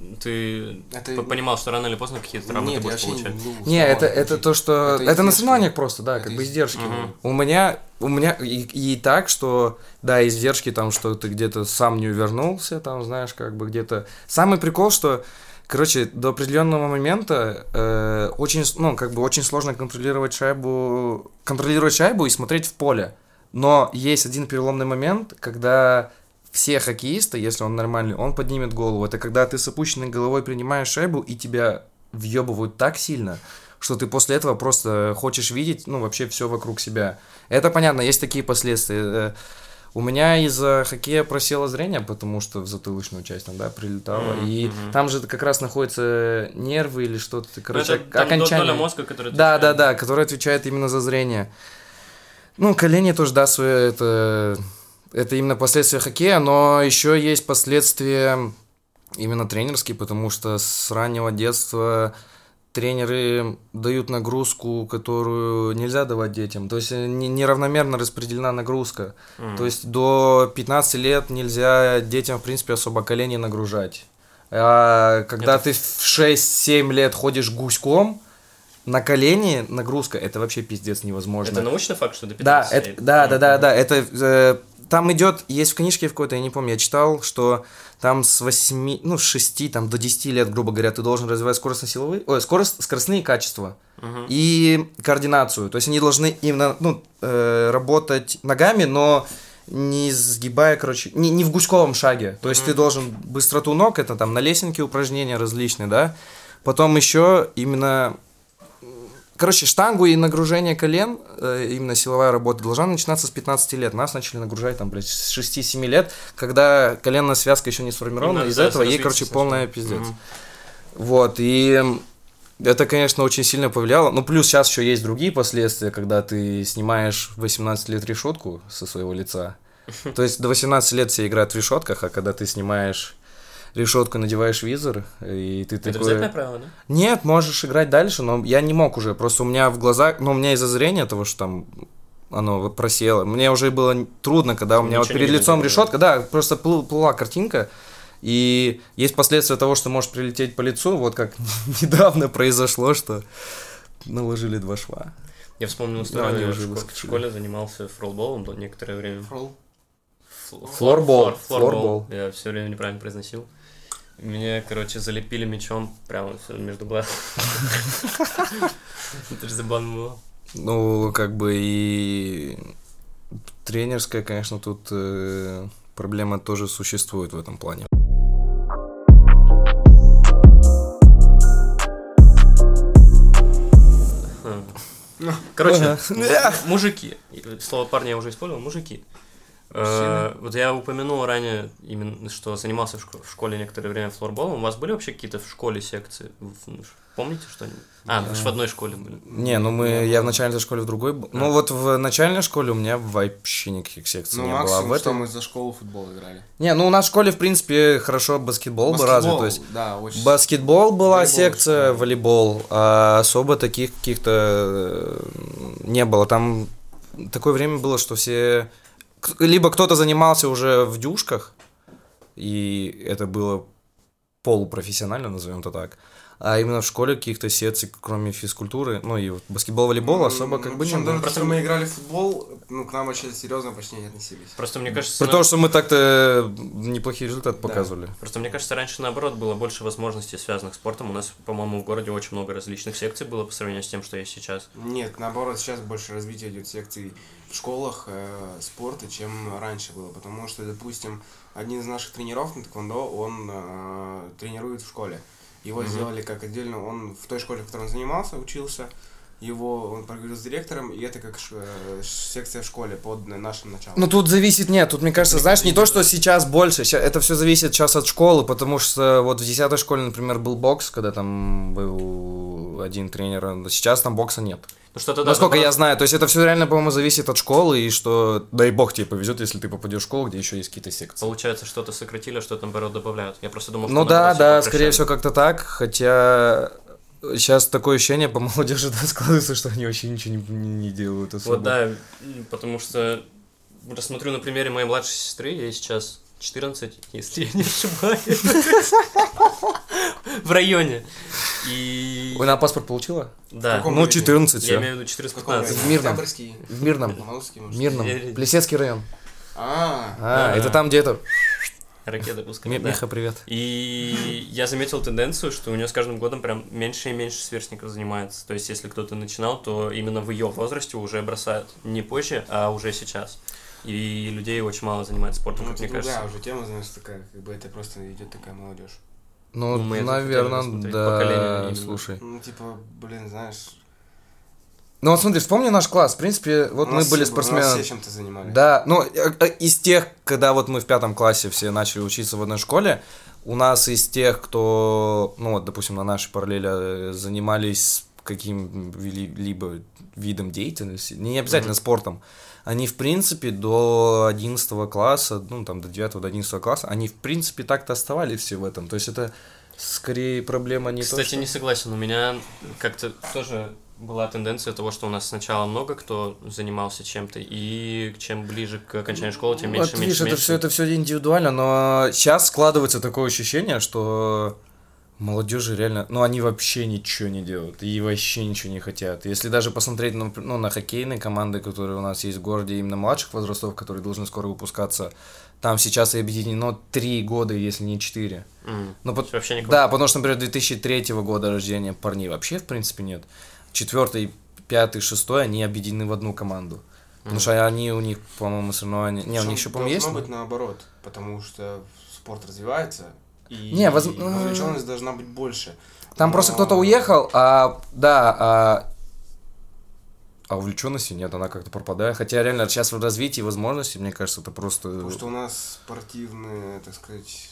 ты понимал, что рано или поздно какие-то травмы ты будешь получать. Не, это то, что... Это на соревнованиях просто, да, как бы издержки. У меня и так, что, да, издержки там, что ты где-то сам не увернулся, там, знаешь, как бы где-то... Самый прикол, что, короче, до определенного момента очень, как бы очень сложно контролировать шайбу и смотреть в поле. Но есть один переломный момент, когда... Все хоккеисты, если он нормальный, он поднимет голову. Это когда ты с опущенной головой принимаешь шайбу, и тебя въебывают так сильно, что ты после этого просто хочешь видеть, вообще все вокруг себя. Это понятно, есть такие последствия. У меня из-за хоккея просело зрение, потому что в затылочную часть там, да, прилетало. И там же как раз находятся нервы или что-то. Короче, это окончание. Доля мозга, которая отвечает. Да, которая отвечает именно за зрение. Колени тоже, да, свое это именно последствия хоккея, но еще есть последствия именно тренерские, потому что с раннего детства тренеры дают нагрузку, которую нельзя давать детям. То есть неравномерно распределена нагрузка. То есть до 15 лет нельзя детям, в принципе, особо колени нагружать. А когда ты в 6-7 лет ходишь гуськом, на колени нагрузка, это вообще пиздец невозможно. Это научный факт, что до 15 лет? Да, это... Там идет, есть в книжке какой-то, я не помню, я читал, что там с 6 там, до 10 лет, грубо говоря, ты должен развивать скоростные качества и координацию. То есть они должны именно работать ногами, но не сгибая, не в гуськовом шаге. То есть ты должен быстроту ног, это там на лесенке упражнения различные, да. Потом еще именно... штангу и нагружение колен, именно силовая работа, должна начинаться с 15 лет. Нас начали нагружать там, с 6-7 лет, когда коленная связка еще не сформирована, из-за этого ей, полная пиздец. Вот, и это, конечно, очень сильно повлияло. Плюс сейчас еще есть другие последствия, когда ты снимаешь в 18 лет решетку со своего лица. То есть до 18 лет все играют в решетках, а когда ты снимаешь... решетку, надеваешь визор, и ты такой... Это обязательное правило, да? Нет, можешь играть дальше, но я не мог уже, просто у меня в глазах, у меня из-за зрения того, что там оно просело, мне уже было трудно, когда у меня вот перед лицом решетка, да, просто плыла картинка, и есть последствия того, что может прилететь по лицу, вот как недавно произошло, что наложили 2 шва. Я вспомнил историю, я в школе занимался фролболом некоторое время. Флорбол. Я все время неправильно произносил. Меня, залепили мячом прямо между глаз. Это же забавно было. И тренерская, конечно, тут проблема тоже существует в этом плане. Мужики. Слово парня я уже использовал. Мужики. Вот я упомянул ранее, именно, что занимался в школе некоторое время флорболом. У вас были вообще какие-то в школе секции? Помните что-нибудь? Вы же в одной школе были. Не, я в начальной школе в другой был. Вот в начальной школе у меня вообще никаких секций не было. Максимум, что мы за школу футбол играли. Не, у нас в школе, в принципе, хорошо баскетбол был развит. То есть да, очень... баскетбол была секция, волейбол, а особо таких каких-то не было. Там такое время было, что все... Либо кто-то занимался уже в дюшках, и это было полупрофессионально, назовем это так. а именно в школе каких-то секций, кроме физкультуры, ну и вот баскетбол, волейбол особо как бы не Причем было. даже просто мы играли в футбол, к нам вообще серьезно почти не относились. Просто мне кажется... При том, что мы так-то неплохие результаты показывали. Просто мне кажется, раньше наоборот было больше возможностей, связанных с спортом. У нас, по-моему, в городе очень много различных секций было по сравнению с тем, что есть сейчас. Нет, наоборот, сейчас больше развития идет секций в школах спорта, чем раньше было. Потому что, допустим, один из наших тренеров на тэквондо, он тренирует в школе. Его сделали как отдельно, он в той школе, в которой он занимался, учился, он поговорил с директором, и это как секция в школе под нашим началом. Ну тут зависит, нет, тут мне кажется, знаешь, не то, что сейчас больше, это все зависит сейчас от школы, потому что вот в 10-й школе, например, был бокс, когда там был один тренер, а сейчас там бокса нет. Ну что тогда... Насколько я знаю, то есть это все реально, по-моему, зависит от школы, и что, дай бог тебе повезет, если ты попадешь в школу, где еще есть какие-то секции. Получается, что-то сократили, а что-то, наоборот, добавляют. Я просто думал, что... Ну да, наоборот, скорее всего, как-то так, хотя сейчас такое ощущение по молодежи складывается, что они вообще ничего не делают особо. Вот да, потому что рассмотрю на примере моей младшей сестры, ей сейчас 14, если я не ошибаюсь, в районе. И... Она паспорт получила? Да. Ну, 14, Я все. имею в виду 14-15. В Мирном. В Мирном. В Мирном. Плесецкий район. Это там, где это... Ракета пускай. Миха, привет. И я заметил тенденцию, что у нее с каждым годом прям меньше и меньше сверстников занимается. То есть, если кто-то начинал, то именно в ее возрасте уже бросают. Не позже, а уже сейчас. И людей очень мало занимается спортом, как мне кажется. Да, уже тема, знаешь, такая, как бы это просто идет такая молодежь. Ну, мы это наверное, хотели посмотреть, да, поколение именно. слушай. Ну, типа, блин, знаешь... Ну, вот смотри, вспомни наш класс, в принципе, вот мы были У нас спортсменами. все чем-то занимались. Да, ну, из тех, когда вот мы в 5 классе все начали учиться в одной школе, у нас из тех, кто, ну, вот, допустим, на нашей параллели занимались каким-либо видом деятельности, не обязательно спортом, они, в принципе, до 11 класса, ну, там, до 9 до 11 класса, они, в принципе, так-то оставались все в этом. То есть это скорее проблема не Кстати, то, что... не согласен. У меня как-то тоже была тенденция того, что у нас сначала много кто занимался чем-то, и чем ближе к окончанию школы, тем меньше, Вот видишь, это все индивидуально, но сейчас складывается такое ощущение, что молодежи реально, ну, они вообще ничего не делают и вообще ничего не хотят. Если даже посмотреть, ну, на хоккейные команды, которые у нас есть в городе, именно младших возрастов, которые должны скоро выпускаться, там сейчас и объединено 3 года, если не 4. Ну, вообще никого. да, потому что, например, 2003 года рождения парней вообще, в принципе, нет. 4, 5, 6 они объединены в одну команду. Потому что они у них, по-моему, соревнования... Не, у них еще, по-моему, есть? Должно быть наоборот, потому что спорт развивается, и Не, вовлеченность должна быть больше. Там просто кто-то уехал, а увлеченности нет, она как-то пропадает. Хотя реально сейчас в развитии возможностей, мне кажется, это просто... Потому что у нас спортивное, так сказать,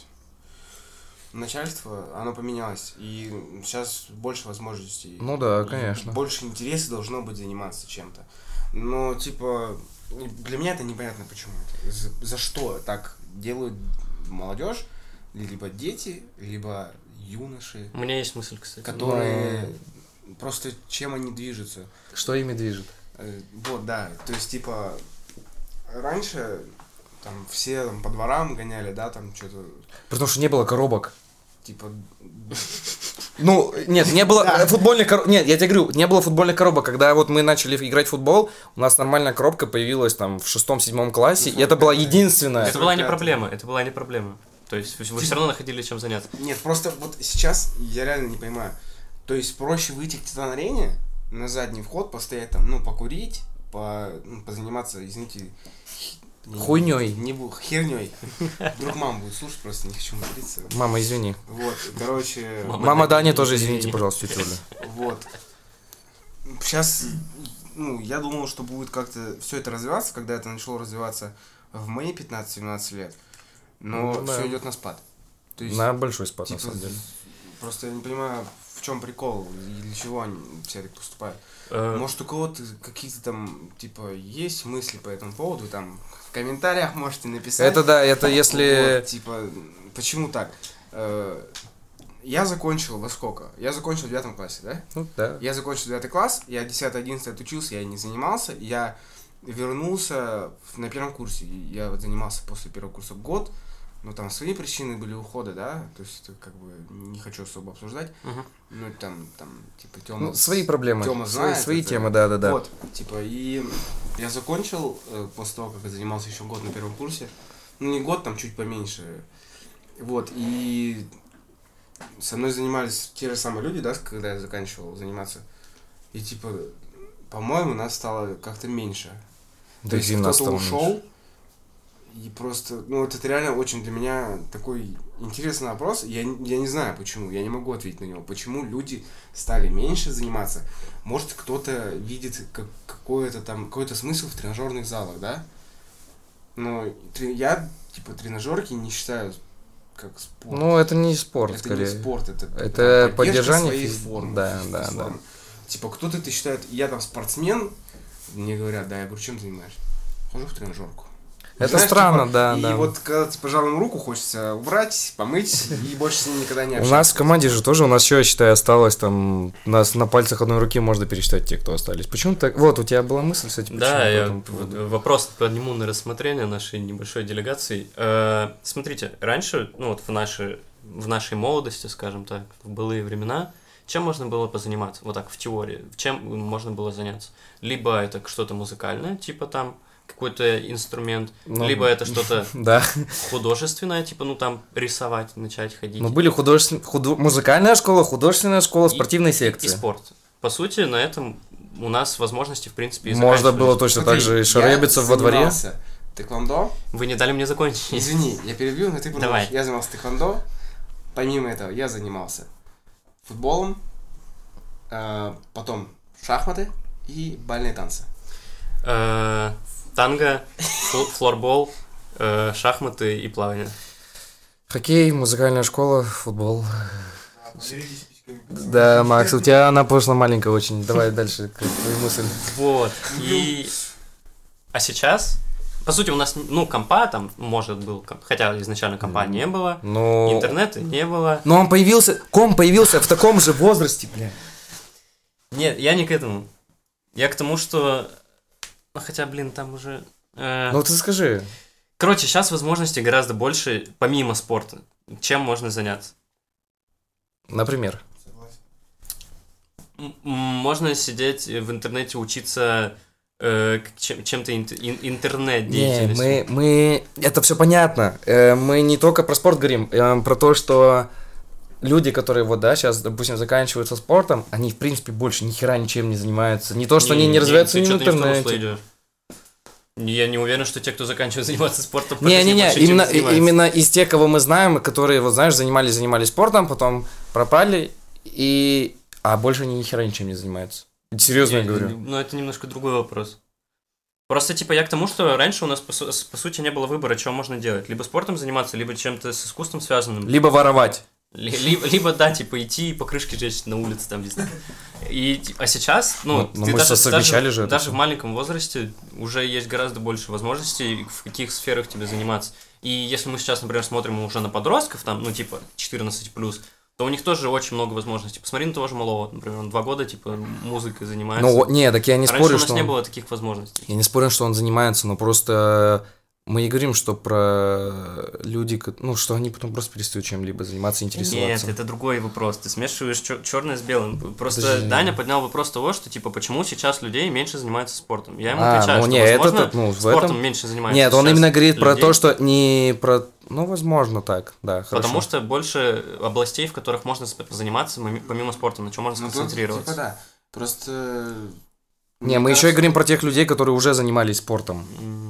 начальство, оно поменялось, и сейчас больше возможностей. Ну да, и конечно. больше интереса должно быть заниматься чем-то. Но, типа, для меня это непонятно почему. За что так делают молодежь, либо дети, либо юноши, У меня есть мысль, кстати. которые просто чем они движутся. Что ими движет? Вот, да, то есть, типа, раньше там все там, по дворам гоняли, да, там что-то, Потому что не было коробок. типа... Ну, нет, не было футбольных коробок. Нет, я тебе говорю, не было футбольных коробок. Когда вот мы начали играть в футбол, у нас нормальная коробка появилась там в 6-7 классе, и это была единственная. Это была не проблема. То есть вы все равно находили чем заняться. Нет, просто вот сейчас я реально не понимаю. То есть проще выйти к титан-арене, на задний вход, постоять там, ну, покурить, позаниматься, извините... Хуйней. Херней. Вдруг мама будет слушать, просто не хочу материться. Мама, извини. Вот, короче... Мама Дани тоже, извините, пожалуйста, тетя Оля. Вот. Сейчас, ну, я думал, что будет как-то все это развиваться, когда это начало развиваться в мои 15-17 лет. Но Ну, да. все идет на спад. То есть, На большой спад, на типа, самом деле. просто я не понимаю, в чем прикол и для чего они все так поступают. Э, Может, у кого-то какие-то там, типа, есть мысли по этому поводу, там, в комментариях можете написать. Это да, это если... Вот, типа, почему так? Я закончил во сколько? Я закончил в 9 классе, да? Ну, да. Я закончил 9 класс, я 10-11 отучился, я не занимался, я вернулся на первом курсе. Я вот занимался после первого курса год, Ну, там свои причины были ухода, да, то есть это как бы не хочу особо обсуждать. Ну, там, типа, Тёма... Ну, свои проблемы, Тёма знает. свои темы, да. Вот, типа, и я закончил после того, как я занимался еще год на первом курсе. Ну, не год, там чуть поменьше. Вот, и со мной занимались те же самые люди, да, когда я заканчивал заниматься. И, типа, по-моему, нас стало как-то меньше. Да, То есть и нас кто-то стало ушел, меньше. и просто, ну, вот это реально очень для меня такой интересный вопрос. Я не знаю почему, я не могу ответить на него. Почему люди стали меньше заниматься? Может, кто-то видит какой-то смысл в тренажерных залах, да? Но я, типа, тренажерки не считаю как спорт. Ну, это не спорт, это скорее. не спорт, это Это поддержание своей формы. Да. Типа, кто-то это считает, я там спортсмен, мне говорят, да, я говорю, чем ты занимаешься? Хожу в тренажерку. Это странно, типа, да, и да. вот когда ты пожал ему руку, хочется убрать, помыть и больше с ним никогда не У общаться. нас в команде же тоже, у нас еще, я считаю, осталось там, у нас на пальцах одной руки можно пересчитать те, кто остались. Почему так? Вот, у тебя была мысль, кстати, почему? Да, по я этому поводу? вопрос подниму на рассмотрение нашей небольшой делегации. Смотрите, раньше, ну вот в нашей молодости, скажем так, в былые времена, чем можно было позаниматься? Вот так, в теории. Чем можно было заняться? Либо это что-то музыкальное, типа там какой-то инструмент, Ну, либо это что-то Да. художественное, типа, ну там рисовать, начать ходить. Ну, были музыкальная школа, художественная школа, спортивные секции. И спорт. По сути, на этом у нас возможности, в принципе, и Можно было заканчивались. точно Смотри, так же и шаребиться во дворе. Я занимался тэквондо. Вы не дали мне закончить. Извини, я перебью, но ты продолжишь. Давай. Я занимался тэквондо. Помимо этого, я занимался футболом, потом шахматы и бальные танцы. Танго, флорбол, шахматы и плавание. Хоккей, музыкальная школа, футбол. Да, Макс, у тебя она просто маленькая очень. Давай дальше, твою мысль. Вот. А сейчас, по сути, у нас, ну, компа там, может, был, хотя изначально компа не было, Ну, интернета не было. но ком появился в таком же возрасте, бля. Нет, я не к этому. Я к тому, что... Ну, хотя, блин, там уже... Ну, ты скажи. Короче, сейчас возможностей гораздо больше, помимо спорта. Чем можно заняться? Например. Можно сидеть в интернете, учиться чем-то Не, интернет-деятельностью. мы... Это все понятно. Мы не только про спорт говорим, про то, что люди, которые вот, да, сейчас, допустим, заканчивают со спортом, они, в принципе, больше ни хера ничем не занимаются. Не то, что они не развиваются ты ни в что-то не в то русло интернете. идёшь. Я не уверен, что те, кто заканчивает заниматься спортом, по Не, жизни больше чем занимаются. именно из тех, кого мы знаем, которые, вот знаешь, занимались спортом, потом пропали, а больше они ни хера ничем не занимаются. Серьезно я говорю. Но это немножко другой вопрос. Просто, типа, я к тому, что раньше у нас, по сути, не было выбора, что можно делать. Либо спортом заниматься, либо чем-то с искусством связанным. Либо воровать. Либо, да, типа, идти и покрышки жечь на улице, там, не знаю. А сейчас, ну, Ну, ты мы совмещали же это даже всё. в маленьком возрасте уже есть гораздо больше возможностей, в каких сферах тебе заниматься. И если мы сейчас, например, смотрим уже на подростков, там, ну, типа, 14+, то у них тоже очень много возможностей. Посмотри на того же малого, например, он 2 года, типа, музыкой занимается. Ну, не, так я не Раньше спорю, у нас что не он... было таких возможностей. Я не спорю, что он занимается, но просто мы и говорим, что про люди, ну, что они потом просто перестают чем-либо заниматься, интересоваться. Нет, это другой вопрос. Ты смешиваешь черное с белым. Просто Подожди. Даня поднял вопрос того, что, типа, почему сейчас людей меньше занимаются спортом. Я ему А, отвечаю, ну что, не, возможно, это, ну, в спортом этом- меньше занимается Нет, он сейчас именно говорит про людей, то, что не про... Ну, возможно, так, да, хорошо. Потому что больше областей, в которых можно заниматься помимо спорта, на чем можно Ну, тут, сконцентрироваться. типа, да. Просто... Не, мы еще и говорим про тех людей, которые уже занимались спортом.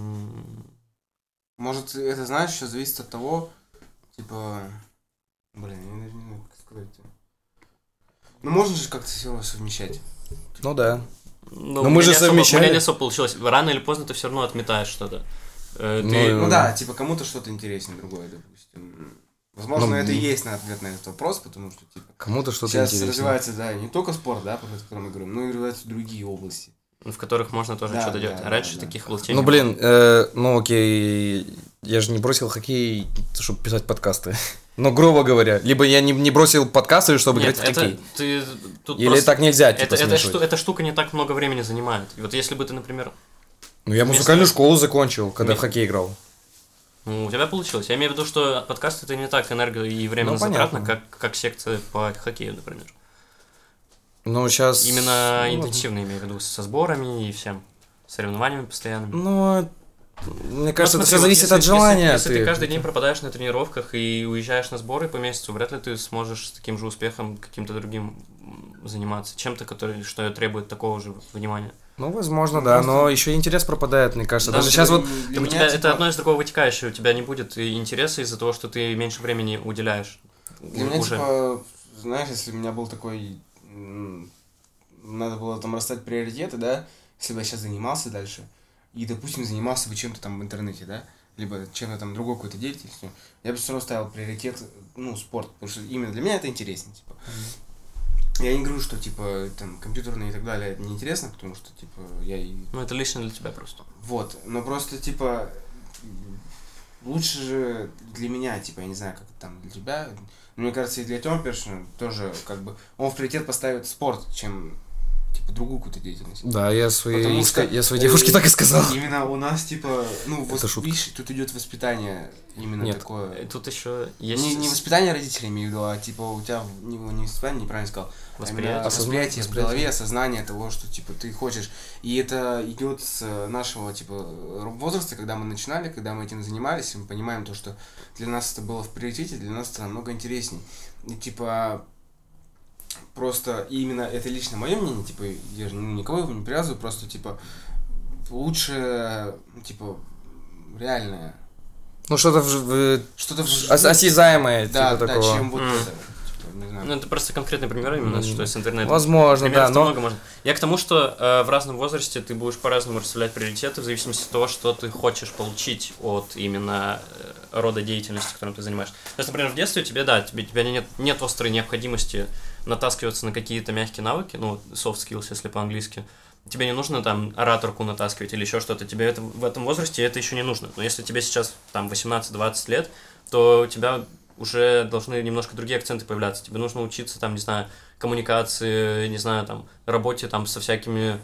Может, это, знаешь, еще зависит от того, типа... Блин, я не знаю, как сказать. Ну, можно же как-то все равно совмещать. Ну да. Ну, Но мы же у меня совмещали. не особо получилось. Рано или поздно ты все равно отметаешь что-то. Ты- Ну, Ну да, типа кому-то что-то интереснее другое, допустим. Возможно, Ну, это и есть ответ на этот вопрос, потому что, типа, Кому-то что-то сейчас интересно. развивается, да, не только спорт, да, про который мы говорим, но и развиваются другие области. в которых можно тоже Да, что-то да, делать. да, Раньше да. таких областей Ну, не блин, ну окей, я же не бросил хоккей, чтобы писать подкасты. Ну, грубо говоря, либо я не бросил подкасты, чтобы Нет, играть в это хоккей. ты тут Или просто- так нельзя, типа, эта смешивать. штука не так много времени занимает. И вот если бы ты, например, Ну, я вместо- музыкальную школу закончил, когда в Вместо- хоккей играл. Ну, у тебя получилось. Я имею в виду, что подкаст это не так энерго- и временно затратно, как секция по хоккею, например. Ну, сейчас... Именно интенсивно, имею в виду, со сборами и всем. Соревнованиями постоянными. Ну, мне кажется, Ну, это все смотри, зависит от желания. Если ты каждый день пропадаешь на тренировках и уезжаешь на сборы по месяцу, вряд ли ты сможешь с таким же успехом каким-то другим заниматься. Чем-то, что требует такого же внимания. Ну, возможно, да, но еще интерес пропадает, мне кажется. Да, Даже сейчас вот... у тебя это одно из другого вытекающее. У тебя не будет интереса из-за того, что ты меньше времени уделяешь. Для меня, типа, знаешь, если у меня был такой... Надо было там расставить приоритеты, да, если бы я сейчас занимался дальше, и, допустим, занимался бы чем-то там в интернете, да, либо чем-то там другой какой-то деятельностью, я бы все равно ставил приоритет, ну, спорт, потому что именно для меня это интереснее, типа. Я не говорю, что, типа, там, компьютерные и так далее, это неинтересно, потому что, типа, я и... Ну, это лично для тебя просто. Вот, но просто, типа, лучше же для меня, типа, я не знаю, как там для тебя, но мне кажется, и для Тёмы Першина тоже, как бы, он в приоритет поставит спорт, чем, типа, другую какую-то деятельность. Да, я своей девушке так и сказал. Именно у нас, типа, ну, это вот, видишь, тут идет воспитание именно такое. Тут еще есть... Не воспитание родителей, имею в виду, а, типа, у тебя не воспитание, неправильно сказал, восприятие в голове, осознание того, что, типа, ты хочешь. И это идет с нашего, типа, возраста, когда мы начинали, когда мы этим занимались, мы понимаем то, что для нас это было в приоритете, для нас это намного интересней. И, типа, просто именно это лично мое мнение, типа, я же никого его не привязываю, просто, типа, лучше, типа, реальное. Ну, что-то осязаемое, да, типа, да, такого. чем вот это. Не знаю. Ну, это просто конкретный пример именно, что с интернетом. Возможно, примеров да, но... много можно. Я к тому, что в разном возрасте ты будешь по-разному расставлять приоритеты в зависимости от того, что ты хочешь получить от именно рода деятельности, которым ты занимаешься. То есть, например, в детстве тебе нет острой необходимости натаскиваться на какие-то мягкие навыки, ну, soft skills, если по-английски. Тебе не нужно там ораторку натаскивать или еще что-то. Тебе это в этом возрасте это еще не нужно. Но если тебе сейчас там 18-20 лет, то у тебя уже должны немножко другие акценты появляться. Тебе нужно учиться, там, не знаю, коммуникации, не знаю, там, работе там со всякими,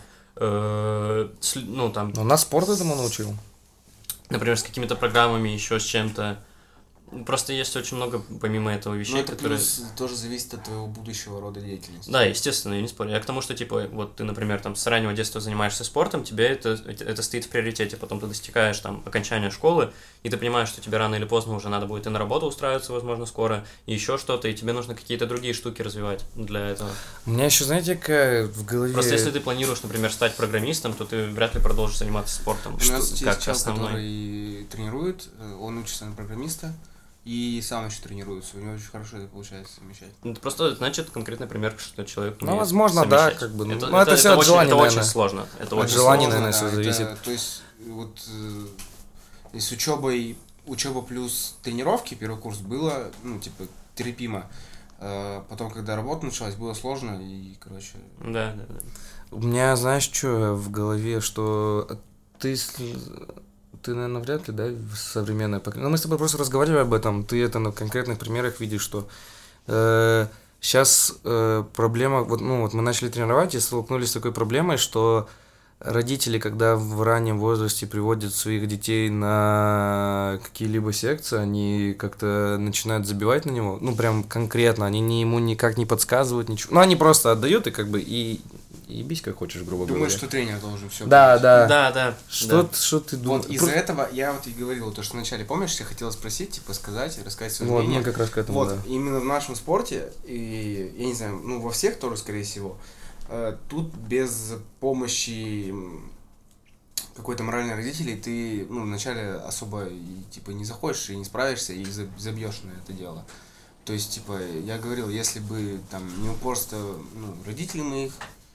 ну, там... Но нас спорт этому научил. Например, с какими-то программами, еще с чем-то. Просто есть очень много, помимо этого, вещей, но это которые... плюс тоже зависит от твоего будущего рода деятельности. Да, естественно, я не спорю. Я к тому, что, типа, вот ты, например, там, с раннего детства занимаешься спортом, тебе это стоит в приоритете, потом ты достигаешь, там, окончания школы, и ты понимаешь, что тебе рано или поздно уже надо будет и на работу устраиваться, возможно, скоро, и еще что-то, и тебе нужно какие-то другие штуки развивать для этого. У меня еще, знаете, какая в голове... Просто если ты планируешь, например, стать программистом, то ты вряд ли продолжишь заниматься спортом. У нас есть как чел, основной. который тренирует, он учится на программиста, и сам еще тренируется, у него очень хорошо это получается совмещать. Это просто, значит, конкретный пример, что человек умеет возможно, совмещать. да, как бы. Это все от желания, это наверное. очень сложно. Это От очень желания, сложно. наверное, все зависит. То есть, вот, с учеба плюс тренировки, первый курс было, ну, типа, терпимо. Потом, когда работа началась, было сложно, и, короче... Да. У меня, знаешь, что в голове, что ты, наверное, вряд ли, да, современное поколение. Но мы с тобой просто разговаривали об этом. Ты это на конкретных примерах видишь, что сейчас проблема... Вот мы начали тренировать и столкнулись с такой проблемой, что родители, когда в раннем возрасте приводят своих детей на какие-либо секции, они как-то начинают забивать на него. Ну, прям конкретно. Они ему никак не подсказывают, ничего. Ну, они просто отдают и как бы... И ебись как хочешь, грубо говоря. Думаешь, что тренер должен все. Да. Что ты думаешь? Вот из-за этого я вот и говорил, то, что вначале, помнишь, я хотел спросить, типа, сказать, рассказать свое Вот, мнение. мы как раз к этому, вот, да. именно в нашем спорте, и, я не знаю, ну, во всех тоже, скорее всего, тут без помощи какой-то моральной родителей ты, ну, вначале особо, типа, не захочешь и не справишься, и забьешь на это дело. То есть, типа, я говорил, если бы, там, не упорство, ну, родителей моих,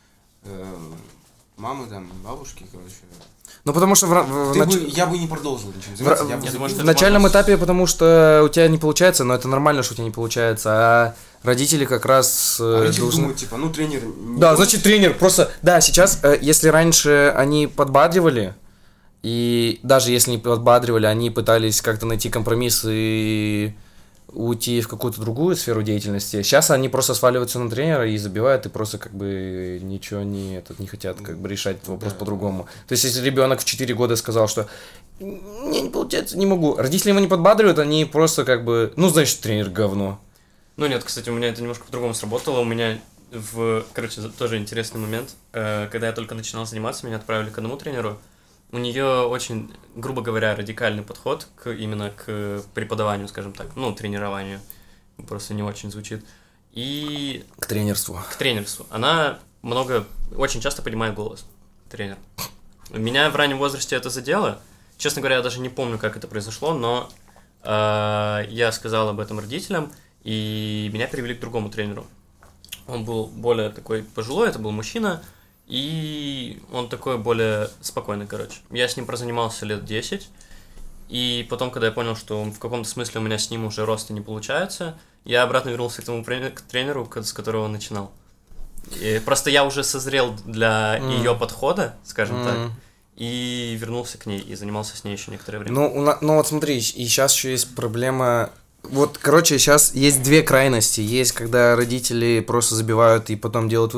мамы, там, бабушки, короче. Ну, потому что я бы не продолжил ничем заниматься. В начальном этапе, потому что у тебя не получается, но это нормально, что у тебя не получается, а родители как раз родители должны... думают, типа, ну, тренер... Да, значит, тренер просто... Да, сейчас, если раньше они подбадривали, и даже если не подбадривали, они пытались как-то найти компромисс и уйти в какую-то другую сферу деятельности. Сейчас они просто сваливаются на тренера и забивают, и просто как бы ничего не хотят как бы решать этот вопрос по-другому. То есть, если ребенок в 4 года сказал, что мне не получается, не могу, родители его не подбадривают, они просто как бы, ну, значит, тренер говно. Ну нет, кстати, у меня это немножко по-другому сработало. У меня короче, тоже интересный момент. Когда я только начинал заниматься, меня отправили к одному тренеру. У нее очень, грубо говоря, радикальный подход именно к преподаванию, скажем так, ну, тренированию. Просто не очень звучит. И... К тренерству. К тренерству. Она очень часто поднимает голос, тренер. Меня в раннем возрасте это задело. Честно говоря, я даже не помню, как это произошло, но я сказал об этом родителям, и меня перевели к другому тренеру. Он был более такой пожилой, это был мужчина, и он такой более спокойный, короче. Я с ним прозанимался лет 10, и потом, когда я понял, что в каком-то смысле у меня с ним уже роста не получается, я обратно вернулся к тому тренеру, с которого он начинал. И просто я уже созрел для ее подхода, скажем так, и вернулся к ней, и занимался с ней еще некоторое время. Ну вот смотри, и сейчас еще есть проблема... Вот, короче, сейчас есть две крайности. Есть, когда родители просто забивают и потом делают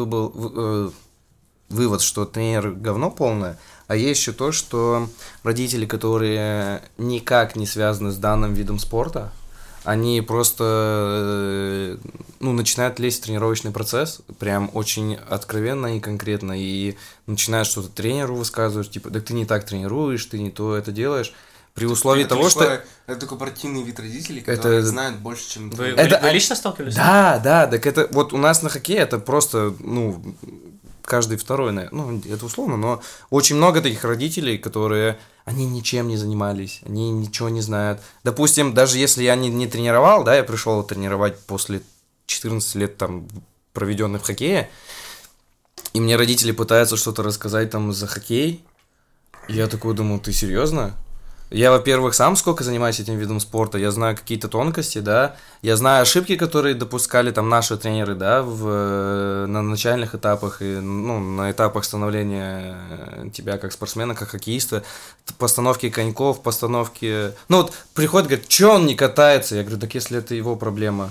вывод, что тренер говно полное. А есть еще то, что родители, которые никак не связаны с данным видом спорта, они просто начинают лезть в тренировочный процесс, прям очень откровенно и конкретно, и начинают что-то тренеру высказывать, типа, да ты не так тренируешь, ты не то это делаешь. При условии того, что... Это такой партийный вид родителей, которые знают больше, чем... Вы лично сталкивались? Да, так это... Вот у нас на хоккее это просто, каждый второй, это условно, но очень много таких родителей, которые... Они ничем не занимались, они ничего не знают. Допустим, даже если я не тренировал, да, я пришел тренировать после 14 лет, там, проведенных в хоккее, и мне родители пытаются что-то рассказать там за хоккей, и я такой думаю, ты серьезно? Я, во-первых, сам сколько занимаюсь этим видом спорта, я знаю какие-то тонкости, да, я знаю ошибки, которые допускали там наши тренеры, да, на начальных этапах и, на этапах становления тебя как спортсмена, как хоккеиста, постановки коньков, постановки... приходит, говорит, что он не катается? Я говорю, так если это его проблема.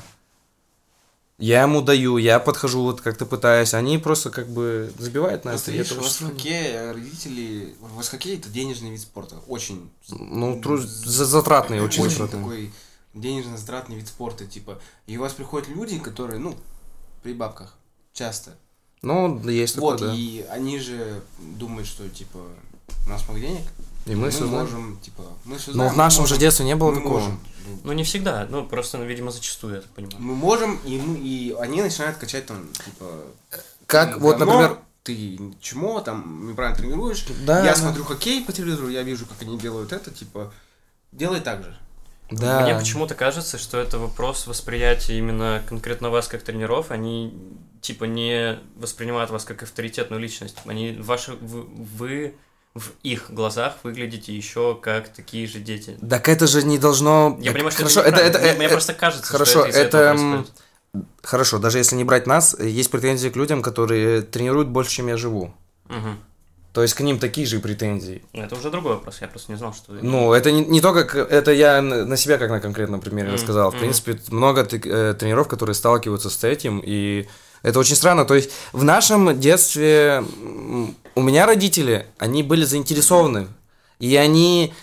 Я ему даю, я подхожу, вот как-то пытаюсь, они просто как бы забивают на это. Просто видишь, у вас в хоккее родители... У вас хоккей — это денежный вид спорта, очень... затратный, очень затратный. Такой денежно-затратный вид спорта, типа. И у вас приходят люди, которые, при бабках, часто. Есть такое, да. И они же думают, что, типа, у нас много денег, и мы можем, типа... Но в нашем же детстве не было такого. Не всегда, просто, видимо, зачастую, я так понимаю. Мы можем, и они начинают качать там, типа... Как, вот, например... Ты чмо, там, неправильно тренируешь. Да, я смотрю хоккей по телевизору, я вижу, как они делают это, типа, делай так же. Да. Мне почему-то кажется, что это вопрос восприятия именно конкретно вас как тренеров. Они, типа, не воспринимают вас как авторитетную личность. Вы в их глазах выглядите еще как такие же дети. Так это же не должно... Я понимаю, что хорошо, мне просто кажется, хорошо, что это из-за этого происходит. Хорошо, даже если не брать нас, есть претензии к людям, которые тренируют больше, чем я живу. Угу. То есть к ним такие же претензии. Это уже другой вопрос, я просто не знал, что... Это не то, как... Это я на себя как на конкретном примере рассказал. В принципе, много тренеров, которые сталкиваются с этим, и это очень странно. То есть в нашем детстве у меня родители, они были заинтересованы, и они...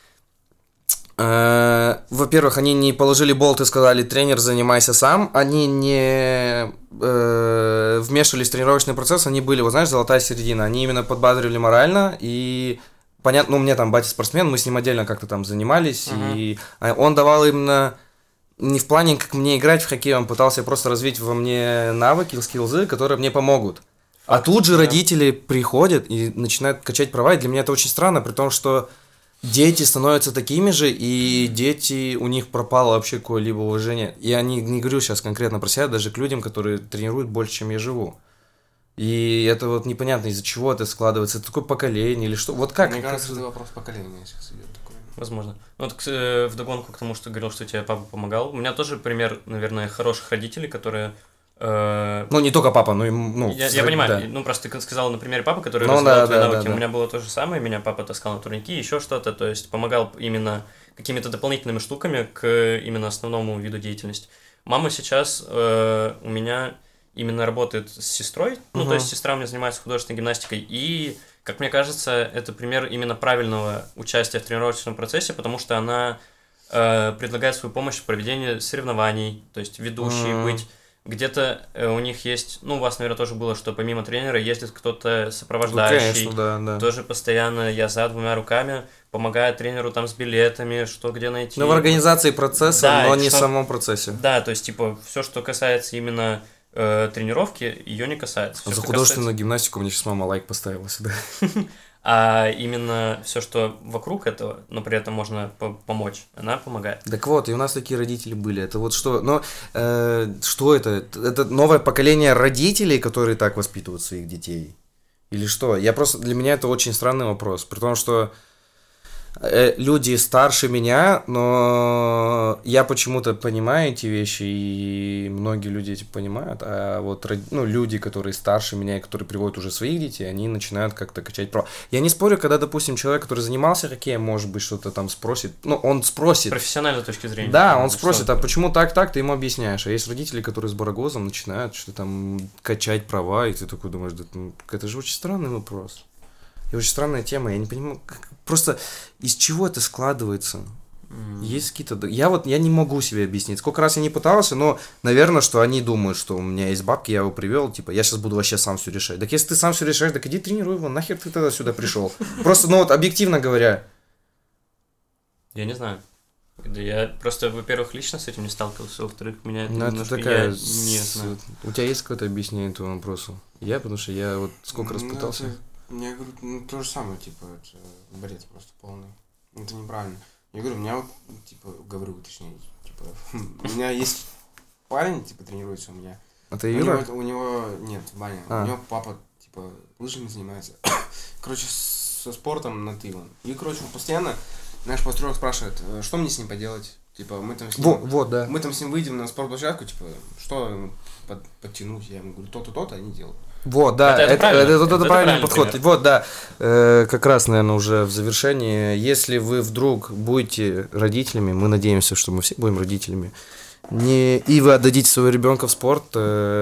во-первых, они не положили болт и сказали, тренер, занимайся сам. Они не вмешивались в тренировочный процесс, они были, вот знаешь, золотая середина. Они именно подбадривали морально, и понятно, у меня там батя спортсмен, мы с ним отдельно как-то там занимались, и он давал именно не в плане, как мне играть в хоккей, он пытался просто развить во мне навыки, скиллзы, которые мне помогут. А тут же родители приходят и начинают качать права, и для меня это очень странно, при том, что дети становятся такими же, и дети, у них пропало вообще какое-либо уважение. Я не говорю сейчас конкретно про себя, даже к людям, которые тренируют больше, чем я живу. И это вот непонятно, из-за чего это складывается. Это такое поколение или что? Вот как? Мне кажется, это вопрос поколения сейчас идет такой. Возможно. Вдогонку к тому, что говорил, что тебе папа помогал. У меня тоже пример, наверное, хороших родителей, которые Ну, не только папа, но и... Ну, я понимаю, да. ну просто ты сказал на примере папы, который Ну, развивал да, твои да, навыки. да, да. У меня было то же самое, меня папа таскал на турники, еще что-то, то есть помогал именно какими-то дополнительными штуками к именно основному виду деятельности. Мама сейчас у меня именно работает с сестрой, ну, то есть сестра у меня занимается художественной гимнастикой, и, как мне кажется, это пример именно правильного участия в тренировочном процессе, потому что она предлагает свою помощь в проведении соревнований, то есть ведущей быть. Где-то у них есть, ну, у вас, наверное, тоже было, что помимо тренера ездит кто-то сопровождающий. Ну, конечно, да. Тоже постоянно я за двумя руками помогаю тренеру там с билетами, что где найти. Ну, в организации процесса, Да, но не в что... самом процессе. Да, то есть, типа, все, что касается именно тренировки, ее не касается. Всё, За что художественную касается... гимнастику мне сейчас мама лайк поставила сюда. А именно все, что вокруг этого, но при этом можно помочь, она помогает. Так вот, и у нас такие родители были. Это вот что? Но что это? Это новое поколение родителей, которые так воспитывают своих детей? Или что? Для меня это очень странный вопрос. При том, что люди старше меня, но я почему-то понимаю эти вещи, и многие люди эти понимают, а вот люди, которые старше меня и которые приводят уже своих детей, они начинают как-то качать права. Я не спорю, когда, допустим, человек, который занимался хоккеем, может быть, что-то там спросит, он спросит. С профессиональной точки зрения. Да, он спросит, а почему так, ты ему объясняешь. А есть родители, которые с барагозом начинают что-то там качать права, и ты такой думаешь, это же очень странный вопрос. И очень странная тема, я не понимаю, просто из чего это складывается? Есть какие-то... Я не могу себе объяснить. Сколько раз я не пытался, но, наверное, что они думают, что у меня есть бабки, я его привел, типа, я сейчас буду вообще сам все решать. Так если ты сам все решаешь, так иди тренируй его, нахер ты тогда сюда пришел? Просто, объективно говоря. Я не знаю. Я просто, во-первых, лично с этим не сталкивался, во-вторых, меня это немножко... я не знаю. У тебя есть какое-то объяснение этому вопросу? Потому что я вот сколько раз пытался... Я говорю, то же самое, типа, это бред просто полный. Это неправильно. Я говорю, у меня вот, типа, точнее, у меня есть парень, типа, тренируется у меня. Это Юра? У него, нет, Баня, у него папа, типа, лыжами занимается. Короче, со спортом на ты он. И, короче, он постоянно, наш постройок спрашивает, что мне с ним поделать? Типа, мы там с ним, да. Мы там с ним выйдем на спортплощадку, типа, что ему подтянуть? Я ему говорю, то-то, они делают. Вот, да, это правильный подход. Пример. Вот, да, как раз, наверное, уже в завершении, если вы вдруг будете родителями, мы надеемся, что мы все будем родителями, и вы отдадите своего ребенка в спорт,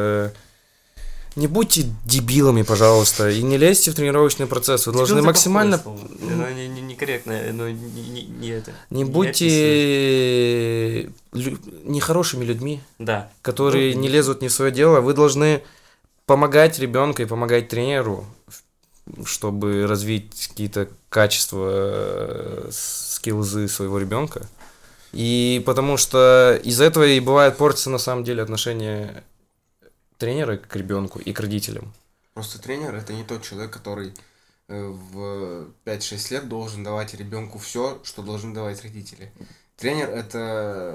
не будьте дебилами, пожалуйста, и не лезьте в тренировочный процесс, вы должны максимально... Некорректно, не это. Не будьте нехорошими людьми, да. которые не лезут не в свое дело, вы должны... помогать ребенку и помогать тренеру, чтобы развить какие-то качества, скиллзы своего ребенка. И потому что из-за этого и бывает портятся на самом деле отношения тренера к ребенку и к родителям. Просто тренер это не тот человек, который в 5-6 лет должен давать ребенку все, что должны давать родители. Тренер это,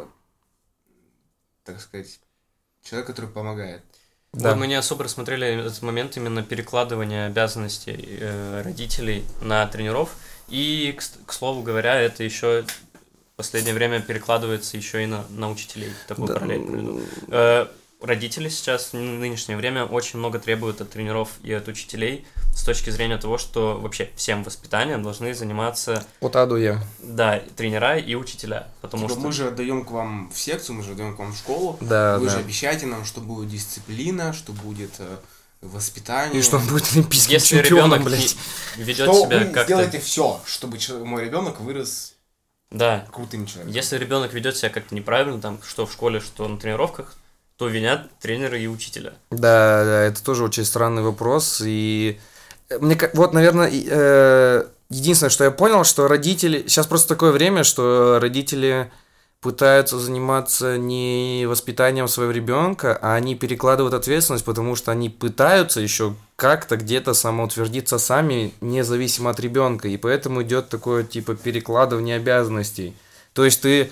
так сказать, человек, который помогает. Да. Вот мы не особо рассмотрели этот момент именно перекладывания обязанностей родителей на тренеров. И, к слову говоря, это еще в последнее время перекладывается еще и на учителей. Такую параллель приведу. Родители сейчас в нынешнее время очень много требуют от тренеров и от учителей с точки зрения того, что вообще всем воспитанием должны заниматься... От А до Я. Да, тренера и учителя. Потому что... Мы же отдаем к вам в секцию, мы же отдаем к вам в школу. Да, вы же обещаете нам, что будет дисциплина, что будет воспитание. И что он будет олимпийским чемпионом, блядь. Ведет себя как-то... Сделайте все, чтобы мой ребенок вырос крутым человеком. Если ребенок ведет себя как-то неправильно, там, что в школе, что на тренировках, то винят тренера и учителя. Да, это тоже очень странный вопрос. И вот, наверное, единственное, что я понял, что родители... Сейчас просто такое время, что родители пытаются заниматься не воспитанием своего ребенка, а они перекладывают ответственность, потому что они пытаются еще как-то где-то самоутвердиться сами, независимо от ребенка. И поэтому идет такое типа перекладывание обязанностей. То есть ты...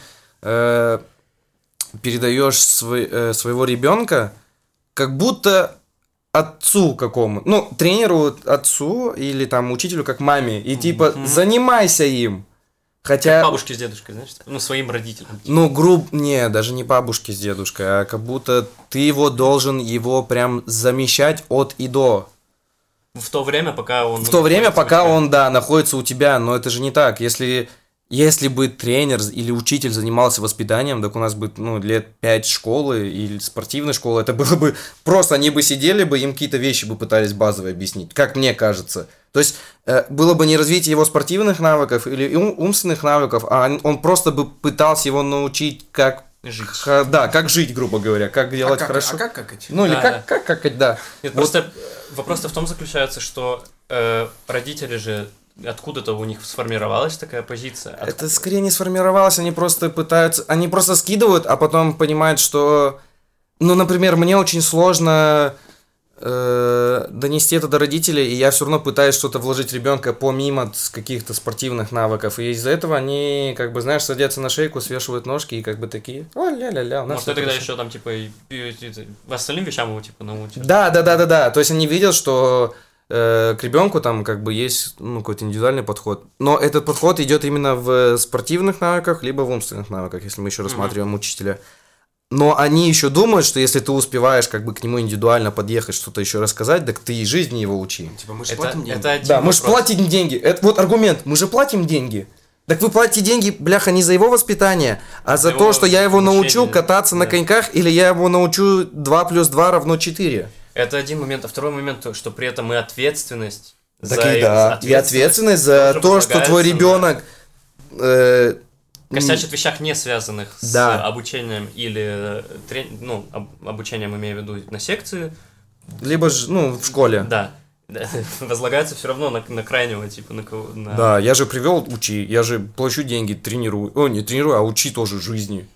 передаешь своего ребенка как будто отцу какому, тренеру отцу или там учителю как маме, и типа занимайся им. Хотя... Как бабушки с дедушкой, знаешь? Ну, своим родителям. Ну, не, даже не бабушки с дедушкой, а как будто ты должен его прям замещать от и до. В то время, пока он... В то время, пока он, да, находится у тебя, но это же не так. Если бы тренер или учитель занимался воспитанием, так у нас бы, лет 5 школы или спортивной школы, это было бы просто, они бы сидели бы, им какие-то вещи бы пытались базовые объяснить, как мне кажется. То есть, было бы не развитие его спортивных навыков или умственных навыков, а он просто бы пытался его научить, как жить. Да, как жить, грубо говоря, как делать хорошо. А как какать? Ну, или как какать, да. Нет, просто вопрос-то в том заключается, что родители же... Откуда-то у них сформировалась такая позиция? Это скорее не сформировалось, они просто скидывают, а потом понимают, что, например, мне очень сложно донести это до родителей, и я все равно пытаюсь что-то вложить в ребенка помимо каких-то спортивных навыков, и из-за этого они, садятся на шейку, свешивают ножки и такие, ля-ля-ля. Может, ты тогда еще там, в остальным вещам его, научишь? Да, то есть они видят, что... к ребенку там есть какой-то индивидуальный подход. Но этот подход идет именно в спортивных навыках, либо в умственных навыках, если мы еще рассматриваем учителя. Но они еще думают, что если ты успеваешь к нему индивидуально подъехать, что-то еще рассказать, так ты и жизни его учи. Типа мы же платим деньги. Да, мы же платим деньги. Это вот аргумент, мы же платим деньги. Так вы платите деньги, бляха, не за его воспитание, а за то, что я его научу кататься на коньках, или я его научу 2 + 2 = 4. Это один момент. А второй момент, что при этом и ответственность ответственность за то, что твой ребенок косячит в вещах, не связанных с обучением или обучением, имею в виду, на секции. Либо в школе. Да. Возлагается все равно на крайнего, на... Да, я же привел, учи, я же плачу деньги, тренирую. Не тренирую, а учи тоже жизни.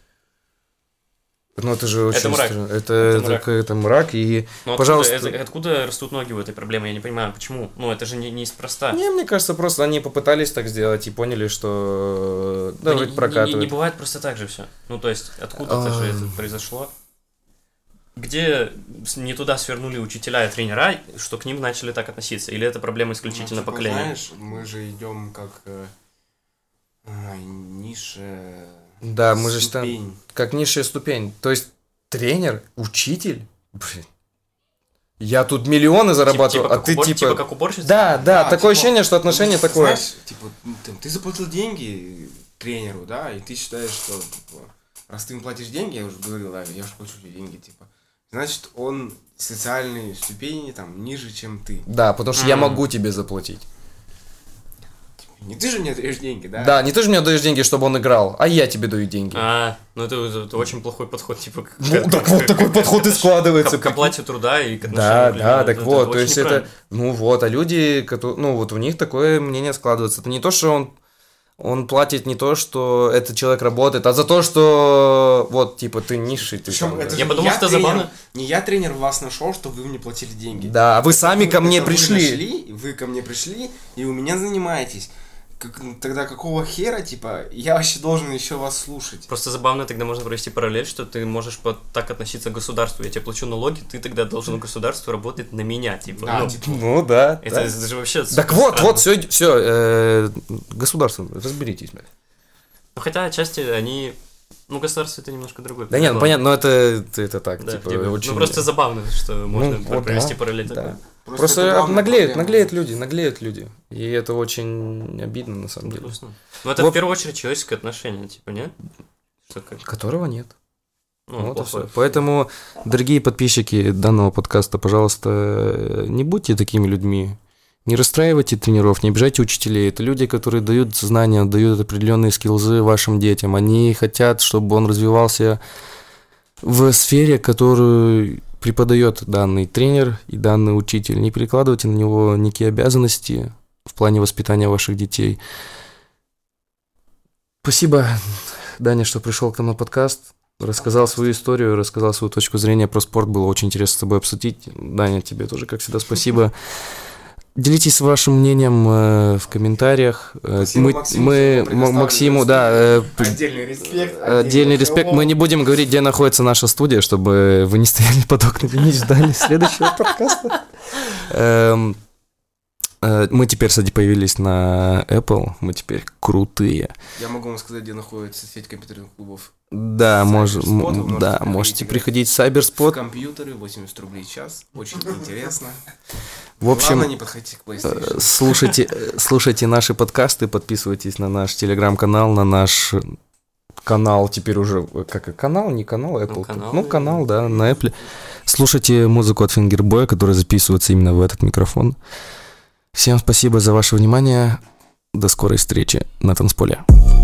Это же очень... Это мрак. Это мрак, и, пожалуйста... Откуда растут ноги в этой проблеме? Я не понимаю, почему? Это же не неспроста. Мне кажется, просто они попытались так сделать и поняли, что... Давайте прокатывать. Не бывает просто так же все. То есть, откуда-то же это произошло. Где не туда свернули учителя и тренера, что к ним начали так относиться? Или это проблема исключительно поколения? Знаешь, мы же идем как низшая... Да, мы же считаем, как низшая ступень. То есть, тренер, учитель, я тут миллионы зарабатываю, а ты типа как уборщица? Да, такое ощущение, что отношение такое. Знаешь, ты заплатил деньги тренеру, да, и ты считаешь, что, раз ты ему платишь деньги, я уже говорил, да, я уже плачу тебе деньги, значит, он социальной ступени ниже, чем ты. Да, потому что я могу тебе заплатить. Не ты же мне даешь деньги, да? Да, не ты же мне даешь деньги, чтобы он играл, а я тебе даю деньги. Это очень плохой подход, так вот такой подход и складывается. К оплате труда и к отношению. Да, так вот, то есть это, а люди, у них такое мнение складывается. Это не то, что он платит не то, что этот человек работает, а за то, что ты низший. Я подумал, что забавно. Не я тренер вас нашел, чтобы вы мне платили деньги. Да, а вы сами ко мне пришли. Вы ко мне пришли и у меня занимаетесь. Тогда какого хера, я вообще должен еще вас слушать? Просто забавно, тогда можно провести параллель, что ты можешь так относиться к государству. Я тебе плачу налоги, ты тогда должен государству работать на меня, да. Это же вообще... Так вот, все, государство, разберитесь, блядь. Хотя отчасти они... государство это немножко другое. Да нет, понятно, но это так, да, очень... просто забавно, что можно провести параллель такой. Просто наглеют люди. И это очень обидно, на самом деле. Это в первую очередь человеческое отношение, нет? Которого нет. Поэтому, дорогие подписчики данного подкаста, пожалуйста, не будьте такими людьми. Не расстраивайте тренеров, не обижайте учителей. Это люди, которые дают знания, дают определенные скиллзы вашим детям. Они хотят, чтобы он развивался в сфере, которую преподает данный тренер и данный учитель. Не перекладывайте на него никакие обязанности в плане воспитания ваших детей. Спасибо, Даня, что пришел к нам на подкаст. Рассказал свою историю, рассказал свою точку зрения про спорт. Было очень интересно с тобой обсудить. Даня, тебе тоже, как всегда, спасибо. Делитесь вашим мнением в комментариях. Максиму, да. Отдельный респект. Мы не будем говорить, где находится наша студия, чтобы вы не стояли под окнами и не ждали следующего подкаста. Мы теперь, кстати, появились на Apple, мы теперь крутые. Я могу вам сказать, где находится сеть компьютерных клубов. Да, Cyberspot, можете приходить в Cyberspot. В компьютеры, 80 рублей в час, очень интересно. В общем, Главное, не подходите к PlayStation. слушайте наши подкасты, подписывайтесь на наш телеграм-канал, на наш канал, теперь уже, как канал, не канал, Apple. Канал, да, на Apple. Слушайте музыку от Fingerboy, которая записывается именно в этот микрофон. Всем спасибо за ваше внимание. До скорой встречи на танцполе.